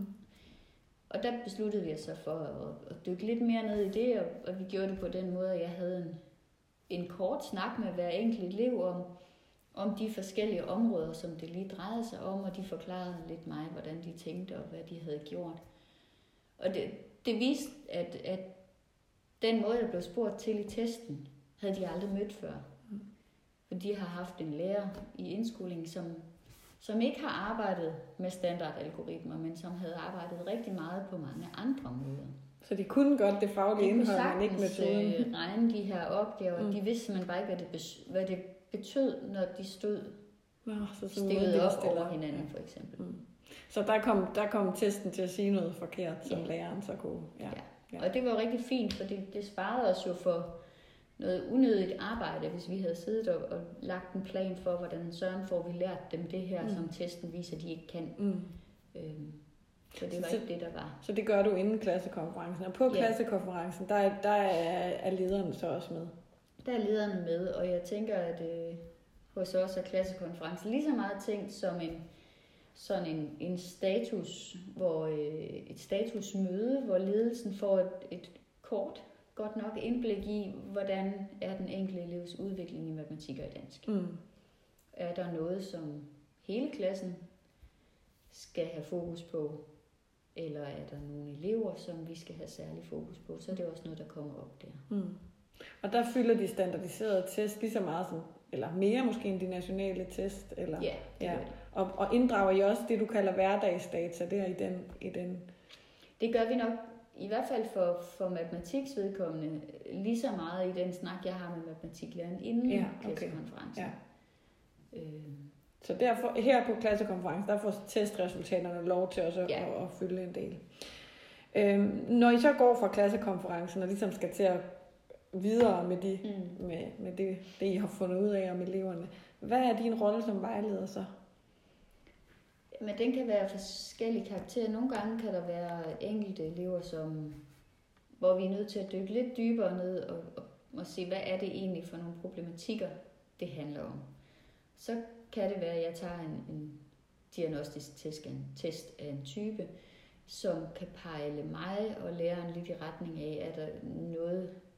Speaker 4: Og der besluttede vi os så for at, at dykke lidt mere ned i det, og, og vi gjorde det på den måde, at jeg havde en, en kort snak med hver enkelt elev om, om de forskellige områder, som det lige drejede sig om, og de forklarede lidt mig, hvordan de tænkte og hvad de havde gjort. Og det, det viste, at, at den måde, jeg blev spurgt til i testen, havde de aldrig mødt før. Mm. For de har haft en lærer i indskolingen, som, som ikke har arbejdet med standardalgoritmer, men som havde arbejdet rigtig meget på mange andre måder.
Speaker 5: Så de kunne godt det faglige indhold, men ikke metoden.
Speaker 4: De kunne regne de her opgaver. Mm. De vidste simpelthen bare ikke, hvad det, hvad det betød, når de stod
Speaker 5: Nå, så
Speaker 4: stillet op over hinanden, for eksempel. Mm.
Speaker 5: Så der kom, der kom testen til at sige noget forkert, som ja. læreren så kunne. Ja.
Speaker 4: Ja. Ja. Og det var jo rigtig fint, for det, det sparede os jo for noget unødigt arbejde, hvis vi havde siddet og, og lagt en plan for, hvordan søren får vi lært dem det her, mm. som testen viser, de ikke kan. Mm. Øhm, så det var så, ikke det, der var.
Speaker 5: Så det gør du inden klassekonferencen. Og på ja. klassekonferencen, der, der er, er lederne så også med?
Speaker 4: Der er lederne med, og jeg tænker, at øh, hos os er klassekonferencen lige så meget tænkt som en sådan en, en status, hvor øh, et statusmøde, hvor ledelsen får et, et kort, godt nok indblik i, hvordan er den enkelte elevs udvikling i matematik og i dansk. Mm. Er der noget, som hele klassen skal have fokus på, eller er der nogle elever, som vi skal have særlig fokus på, så er det også noget, der kommer op der.
Speaker 5: Mm. Og der fylder de standardiserede test lige så meget som, eller mere måske end de nationale test, eller
Speaker 4: ja, det
Speaker 5: ja.
Speaker 4: gør det.
Speaker 5: Og, og inddrager I også det, du kalder hverdagsdata, der i den, i den?
Speaker 4: Det gør vi nok, i hvert fald for, for matematiks vedkommende, lige så meget i den snak, jeg har med matematiklæreren inden ja, okay. klassekonferencen. Ja. Øh.
Speaker 5: Så derfor, her på klassekonferencen, der får testresultaterne lov til også ja. at, at fylde en del. Øhm, når I så går fra klassekonferencen og ligesom skal til at videre med, de, mm. med, med det, det, I har fundet ud af om eleverne, hvad er din rolle som vejleder så?
Speaker 4: Men den kan være forskellige karakterer. Nogle gange kan der være enkelte elever, som, hvor vi er nødt til at dykke lidt dybere ned og, og, og se, hvad er det egentlig for nogle problematikker, det handler om. Så kan det være, at jeg tager en, en diagnostisk test, en test af en type, som kan pejle mig og læreren lidt i retning af, at der noget, vi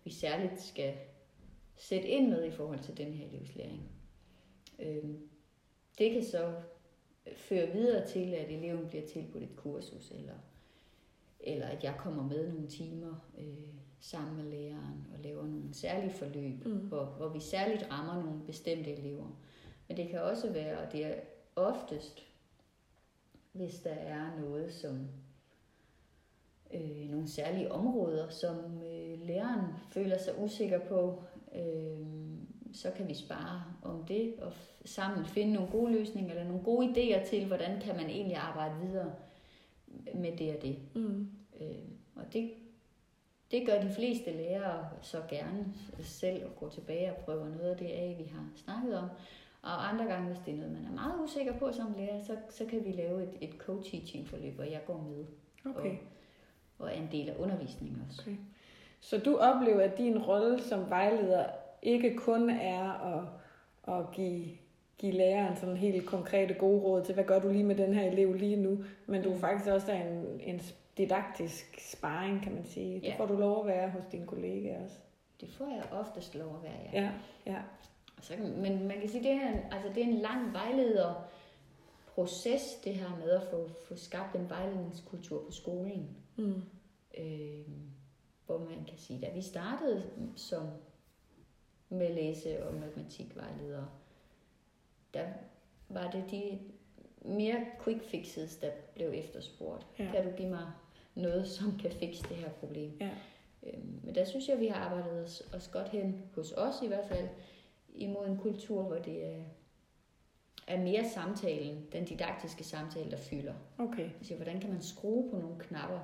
Speaker 4: vi særligt skal sætte ind med i forhold til den her elevslæring. Øhm, det kan så føre videre til, at eleven bliver tilbudt et kursus, eller, eller at jeg kommer med nogle timer øh, sammen med læreren og laver nogle særlige forløb, mm. hvor, hvor vi særligt rammer nogle bestemte elever. Men det kan også være, og det er oftest, hvis der er noget som øh, nogle særlige områder, som øh, læreren føler sig usikker på, øh, så kan vi spare om det og sammen finde nogle gode løsninger eller nogle gode idéer til, hvordan kan man egentlig arbejde videre med det og det. Mm. Øh, og det, det gør de fleste lærere så gerne selv at gå tilbage og prøve noget af det af, vi har snakket om. Og andre gange, hvis det er noget, man er meget usikker på som lærer, så, så kan vi lave et, et co-teaching-forløb, hvor jeg går med
Speaker 5: okay.
Speaker 4: og, og er en del af undervisningen også. Okay.
Speaker 5: Så du oplever, at din rolle som vejleder ikke kun er at, at give, give læreren sådan helt konkrete gode råd til, hvad gør du lige med den her elev lige nu, men du faktisk også er en, en didaktisk sparring, kan man sige. Det ja. får du lov at være hos dine kollegaer også.
Speaker 4: Det får jeg oftest lov at være, ja.
Speaker 5: Ja, ja.
Speaker 4: Så, men man kan sige, det er, altså, det er en lang vejlederproces, det her med at få, få skabt en vejledningskultur på skolen. Mm. Øh, hvor man kan sige, da vi startede som med læse- og matematikvejledere, der var det de mere quick fixes, der blev efterspurgt. Ja. Kan du give mig noget, som kan fikse det her problem? Ja. Øh, men der synes jeg, vi har arbejdet os, os godt hen, hos os i hvert fald, imod en kultur, hvor det er, er mere samtalen, den didaktiske samtale, der fylder. Okay. Altså, hvordan kan man skrue på nogle knapper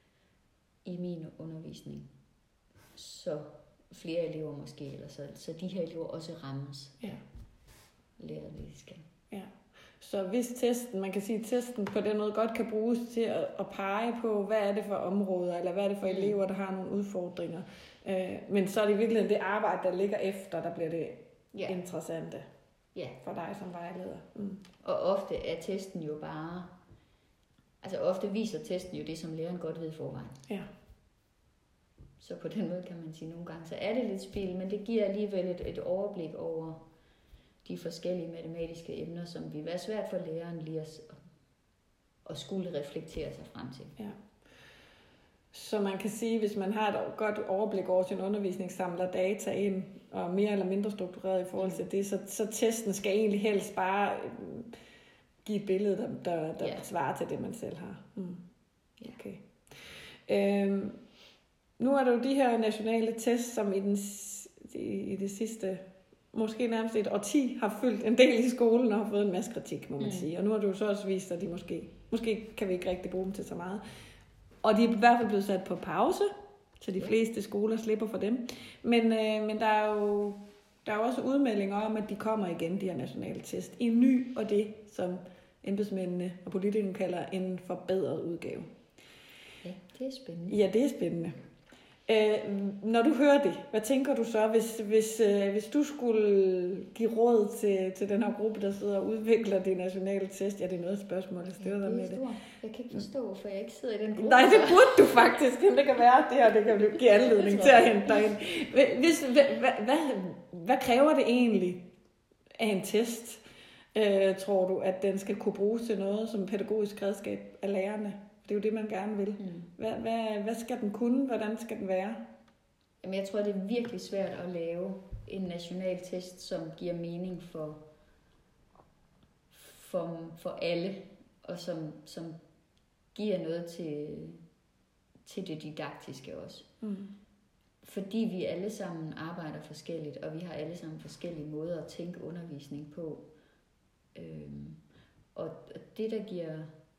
Speaker 4: i min undervisning, så flere elever måske, eller så, så de her elever også rammes. Ja. Lærer det, de skal.
Speaker 5: Ja. Så hvis testen, man kan sige, at testen på den måde godt kan bruges til at, at pege på, hvad er det for områder, eller hvad er det for elever, der har nogle udfordringer. Øh, men så er det virkelig det arbejde, der ligger efter, der bliver det ja. interessante ja. for dig som vejleder. Mm.
Speaker 4: Og ofte er testen jo bare, altså ofte viser testen jo det, som læreren godt ved i forvejen. Ja. Så på den måde kan man sige, nogle gange, så er det lidt spil, men det giver alligevel et, et overblik over de forskellige matematiske emner, som vil være svært for læreren lige at, at skulle reflektere sig frem til.
Speaker 5: Ja. Så man kan sige, hvis man har et godt overblik over sin undervisning, samler data ind, og mere eller mindre struktureret i forhold til det, så, så testen skal egentlig helst bare give et billede, der, der, der ja. svarer til det, man selv har. Mm. Okay. Øhm, nu er der jo de her nationale tests, som i, den, i, i det sidste, måske nærmest et årti, har fyldt en del i skolen og har fået en masse kritik, må man mm. sige. Og nu har det jo så også vist, at de måske, måske kan vi ikke rigtig bruge dem til så meget. Og de er i hvert fald blevet sat på pause, så de fleste skoler slipper for dem. Men, øh, men der er jo der er også udmeldinger om, at de kommer igen, de her nationale test, i en ny, og det, som embedsmændene og politikerne kalder en forbedret udgave.
Speaker 4: Ja, det er spændende.
Speaker 5: Ja, det er spændende. Øh, når du hører det, hvad tænker du så, hvis, hvis, øh, hvis du skulle give råd til, til den her gruppe, der sidder og udvikler de nationale test? Ja, det er noget spørgsmål, jeg stiller dig med det.
Speaker 4: Jeg kan ikke forstå, hvorfor jeg ikke sidder i den gruppe.
Speaker 5: Nej, det burde du faktisk. Det kan være, det her det kan give anledning til at hente dig ind. Hvis, hvad, hvad, hvad, hvad kræver det egentlig af en test, øh, tror du, at den skal kunne bruges til noget som pædagogisk redskab af lærerne? Det er jo det, man gerne vil. Mm. Hvad, hvad, hvad skal den kunne? Hvordan skal den være?
Speaker 4: Jamen, jeg tror, det er virkelig svært at lave en national test, som giver mening for, for, for alle, og som, som giver noget til, til det didaktiske også. Mm. Fordi vi alle sammen arbejder forskelligt, og vi har alle sammen forskellige måder at tænke undervisning på. Øhm, og det, der giver...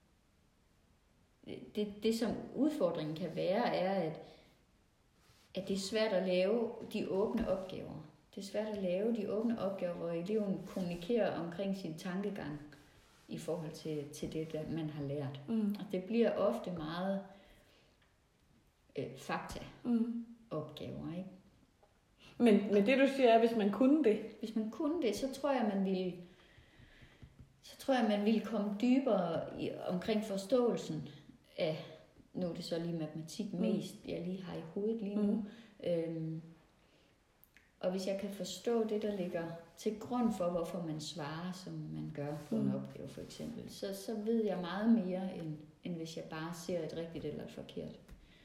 Speaker 4: Det, det, som udfordringen kan være, er, at, at det er svært at lave de åbne opgaver. Det er svært at lave de åbne opgaver, hvor eleven kommunikerer omkring sin tankegang i forhold til, til det, der man har lært. Mm. Og det bliver ofte meget øh, fakta-opgaver, ikke?
Speaker 5: Men, men det, du siger, er, hvis man kunne det?
Speaker 4: Hvis man kunne det, så tror jeg, man ville, så tror jeg, man ville komme dybere i, omkring forståelsen af, nu er det så lige matematik mest, mm. jeg lige har i hovedet lige nu, mm. øhm, Og hvis jeg kan forstå det, der ligger til grund for, hvorfor man svarer, som man gør på en opgave for eksempel, så, så ved jeg meget mere, end, end hvis jeg bare ser et rigtigt eller et forkert.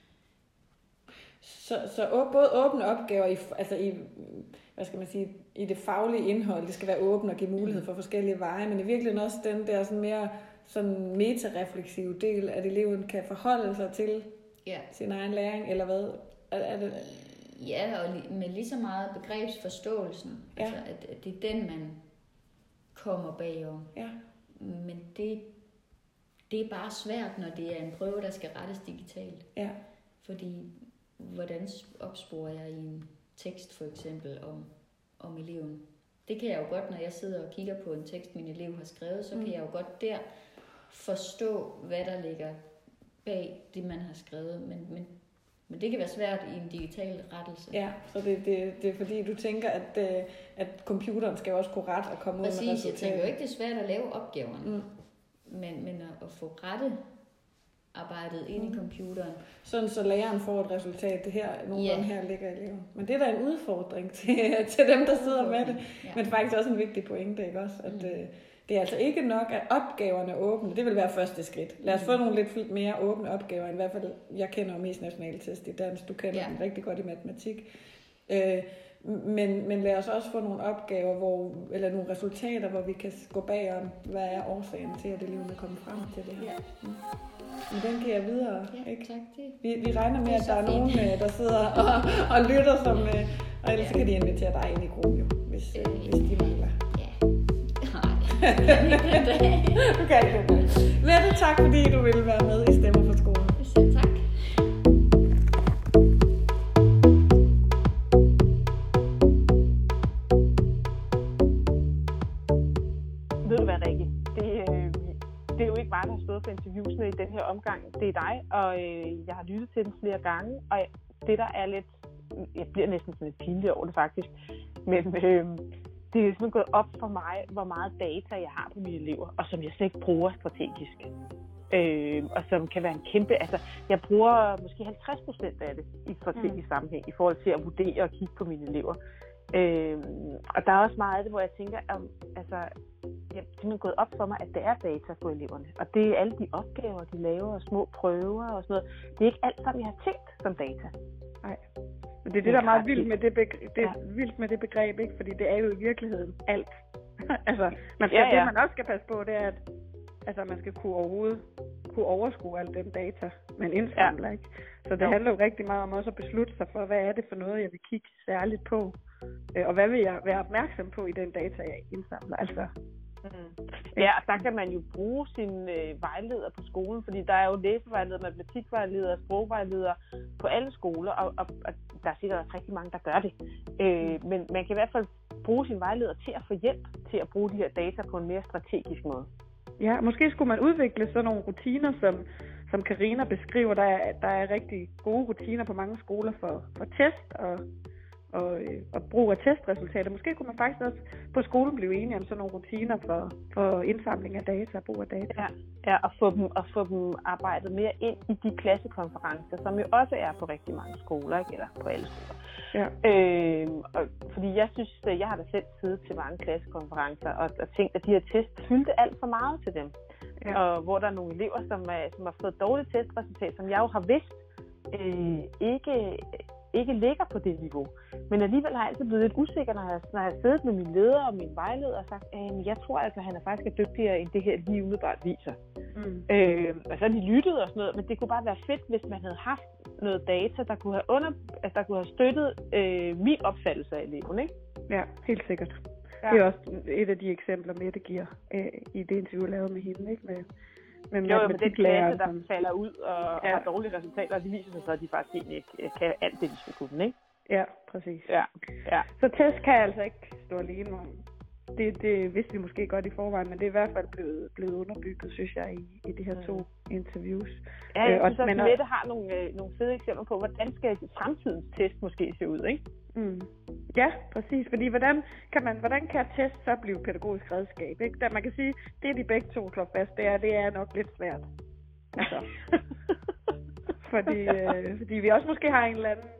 Speaker 5: Så, så både åbne opgaver i, altså i, hvad skal man sige, i det faglige indhold, det skal være åbent og give mulighed for forskellige veje, men i virkeligheden også den der sådan mere sådan metarefleksive del, at eleven kan forholde sig til ja. sin egen læring, eller hvad? Er, er det...
Speaker 4: Ja, og med lige så meget begrebsforståelsen, ja. altså at, at det er den, man kommer bagom. Ja. Men det, det er bare svært, når det er en prøve, der skal rettes digitalt. Ja. Fordi hvordan opsporer jeg i en tekst for eksempel om, om eleven? Det kan jeg jo godt, når jeg sidder og kigger på en tekst, min elev har skrevet, så mm. kan jeg jo godt der forstå, hvad der ligger bag det, man har skrevet. Men, men, men det kan være svært i en digital rettelse.
Speaker 5: Ja, så det, det, det er fordi, du tænker, at, at computeren skal også kunne rette og komme
Speaker 4: Præcis,
Speaker 5: ud med resultater.
Speaker 4: Jeg tænker jo ikke, det er svært at lave opgaverne, mm. men, men at, at få rette arbejdet ind mm. i computeren.
Speaker 5: Sådan så læreren får et resultat, det her, nogle yeah. gange her ligger eleven. Men det er da en udfordring til, til dem, der sidder med det. Ja. Men faktisk også en vigtig pointe, ikke også? At mm. øh, det er altså ikke nok, at opgaverne er åbne. Det vil være første skridt. Lad os mm. få nogle lidt mere åbne opgaver, i hvert fald, jeg kender jo mest nationale test i dansk, du kender yeah. den rigtig godt i matematik. Øh, men, men lad os også få nogle opgaver, hvor, eller nogle resultater, hvor vi kan gå bagom, hvad er årsagen til, at eleven er kommet frem til det her. Yeah. Mm. Men den kan jeg videre,
Speaker 4: ja,
Speaker 5: ikke?
Speaker 4: Tak, det.
Speaker 5: Vi, vi regner med, at der er nogen, der sidder og, og lytter, som, og ellers ja. kan de invitere dig ind i gruppen, jo, hvis, øh, hvis de mangler.
Speaker 4: Ja. Nej,
Speaker 5: du kan ikke det. Mette, tak fordi du ville være med i Stemmer for Skolen.
Speaker 4: Selv tak.
Speaker 1: Ved du hvad, Rikke? Det, øh, det er jo ikke mig, der har stået for interviewsene i den her omgang. Det er dig, og øh, jeg har lyttet til den flere gange. Og det, der er lidt... Jeg bliver næsten sådan lidt pinlig over det, faktisk. Men øh, det er simpelthen gået op for mig, hvor meget data jeg har på mine elever, og som jeg slet ikke bruger strategisk. Øh, og som kan være en kæmpe... Altså, jeg bruger måske halvtreds procent af det i strategisk mm. sammenhæng, i forhold til at vurdere og kigge på mine elever. Øh, og der er også meget af det, hvor jeg tænker, at altså, det er simpelthen gået op for mig, at det er data på eleverne. Og det er alle de opgaver, de laver, og små prøver og sådan noget. Det er ikke alt sammen, jeg har tænkt som data.
Speaker 2: Nej. Men det er det, der er meget vildt med det, begreb, det, er ja. vildt med det begreb, ikke? Fordi det er jo i virkeligheden alt. altså, man skal, ja, ja. det man også skal passe på, det er, at altså, man skal kunne overhovedet kunne overskue al den data, man indsamler, ja. ikke? Så det ja. handler jo rigtig meget om også at beslutte sig for, hvad er det for noget, jeg vil kigge særligt på, og hvad vil jeg være opmærksom på i den data, jeg indsamler, altså.
Speaker 1: Mm. Ja, og der kan man jo bruge sine øh, vejledere på skolen, fordi der er jo læsevejledere, matematikvejledere, sprogvejledere på alle skoler, og, og, og der er sikkert også rigtig mange, der gør det. Øh, men man kan i hvert fald bruge sine vejledere til at få hjælp til at bruge de her data på en mere strategisk måde.
Speaker 2: Ja, måske skulle man udvikle sådan nogle rutiner, som, som Karina beskriver. Der er, der er rigtig gode rutiner på mange skoler for, for test og Og, og brug af testresultater. Måske kunne man faktisk også på skolen blive enige om sådan nogle rutiner for, for indsamling af data og brug af data.
Speaker 1: Ja, ja og, få dem, og få dem arbejdet mere ind i de klassekonferencer, som jo også er på rigtig mange skoler, ikke? Eller på alle skoler. Ja. Øh, og, fordi jeg synes, at jeg har da selv siddet til mange klassekonferencer og, og tænkt, at de her test fyldte alt for meget til dem. Ja. Og hvor der er nogle elever, som, er, som har fået dårlige testresultater, som jeg jo har vidst øh, ikke... ikke ligger på det niveau. Men alligevel har jeg altid blevet lidt usikker, når jeg, når jeg har siddet med mine ledere og mine vejledere og sagt, at jeg tror altså, at han er faktisk dygtigere, end det her lige umiddelbart viser. Mm. Øh, og så har de lyttet og sådan noget, men det kunne bare være fedt, hvis man havde haft noget data, der kunne have, under, altså, der kunne have støttet øh, min opfattelse af eleven, ikke?
Speaker 2: Ja, helt sikkert. Ja. Det er også et af de eksempler, Mette giver øh, i det interview, jeg lavede med hende, ikke? Med,
Speaker 1: Men jo, men det klasse, der som... falder ud og ja. har dårlige resultater, og de viser sig så, at de faktisk egentlig ikke kan alt det, de skal kunne, ikke?
Speaker 2: Ja, præcis.
Speaker 1: Ja. Ja.
Speaker 2: Så test kan altså ikke stå alene. Det, det vidste vi måske godt i forvejen, men det er i hvert fald blevet, blevet underbygget, synes jeg, i, i de her to mm. interviews.
Speaker 1: Ja, jeg synes også, at Mette har nogle, øh, nogle fede eksempler på, hvordan skal fremtidens test måske se ud, ikke?
Speaker 2: Mm. Ja, præcis. Fordi hvordan kan man, hvordan kan test så blive pædagogisk redskab, ikke? Da man kan sige, det de begge to slår fast, det er, det er nok lidt svært. Altså. fordi, øh, fordi vi også måske har en eller anden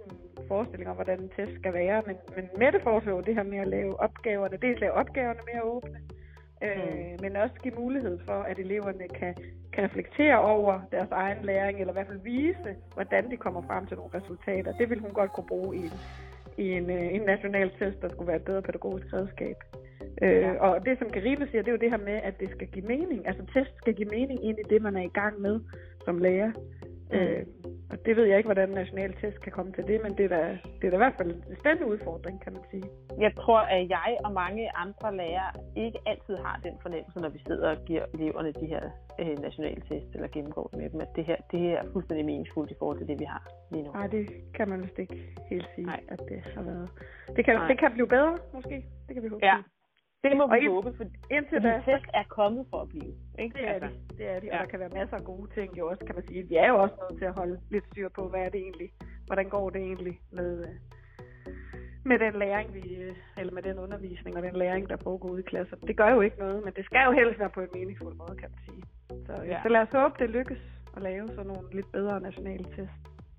Speaker 2: forestilling om, hvordan en test skal være, men, men Mette foreslår det her med at lave opgaverne, dels lave opgaverne mere åbne, øh, mm. men også give mulighed for, at eleverne kan, kan reflektere over deres egen læring, eller i hvert fald vise, hvordan de kommer frem til nogle resultater. Det vil hun godt kunne bruge i en, i en, en national test, der skulle være et bedre pædagogisk redskab. Øh, ja. Og det, som Karina siger, det er jo det her med, at det skal give mening. Altså test skal give mening ind i det, man er i gang med som lærer. Mm. Øh, og det ved jeg ikke, hvordan en national test kan komme til det, men det er da, det er da i hvert fald en spændende udfordring, kan man sige.
Speaker 1: Jeg tror, at jeg og mange andre lærere ikke altid har den fornemmelse, når vi sidder og giver eleverne de her øh, nationale test, eller gennemgår med dem, at det her, det her er fuldstændig meningsfuldt i forhold til det, vi har lige nu.
Speaker 2: Nej, det kan man vist ikke helt sige, Nej. at det har været. Det kan, det kan blive bedre, måske. Det kan vi håbe.
Speaker 1: Ja. Det må vi
Speaker 2: og
Speaker 1: håbe, for
Speaker 2: indtil
Speaker 1: da test er kommet for at blive. Ikke?
Speaker 2: Det er
Speaker 1: altså.
Speaker 2: de, det er de, og ja. Der kan være masser af gode ting jo også, kan man sige. Vi er jo også nødt til at holde lidt styr på, hvad er det egentlig, hvordan går det egentlig med, med den læring, vi, eller med den undervisning og den læring, der foregår ude i klasser. Det gør jo ikke noget, men det skal jo helst være på en meningsfuld måde, kan man sige. Så, ja. så lad os håbe, det lykkes at lave sådan nogle lidt bedre nationale test.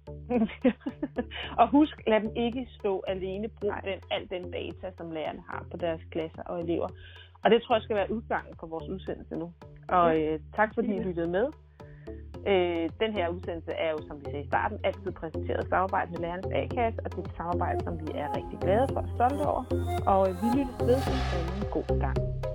Speaker 1: Og husk, lad dem ikke stå alene. Brug den, al den data, som lærerne har på deres klasser og elever. Og det tror jeg skal være udgangen på vores udsendelse nu. Og øh, tak fordi I lyttede med. Øh, den her udsendelse er jo, som vi sagde i starten, altid præsenteret samarbejde med Lærernes A-kasse, og det er et samarbejde, som vi er rigtig glade for og stolte over. Og øh, vi lyttes ved en anden god gang.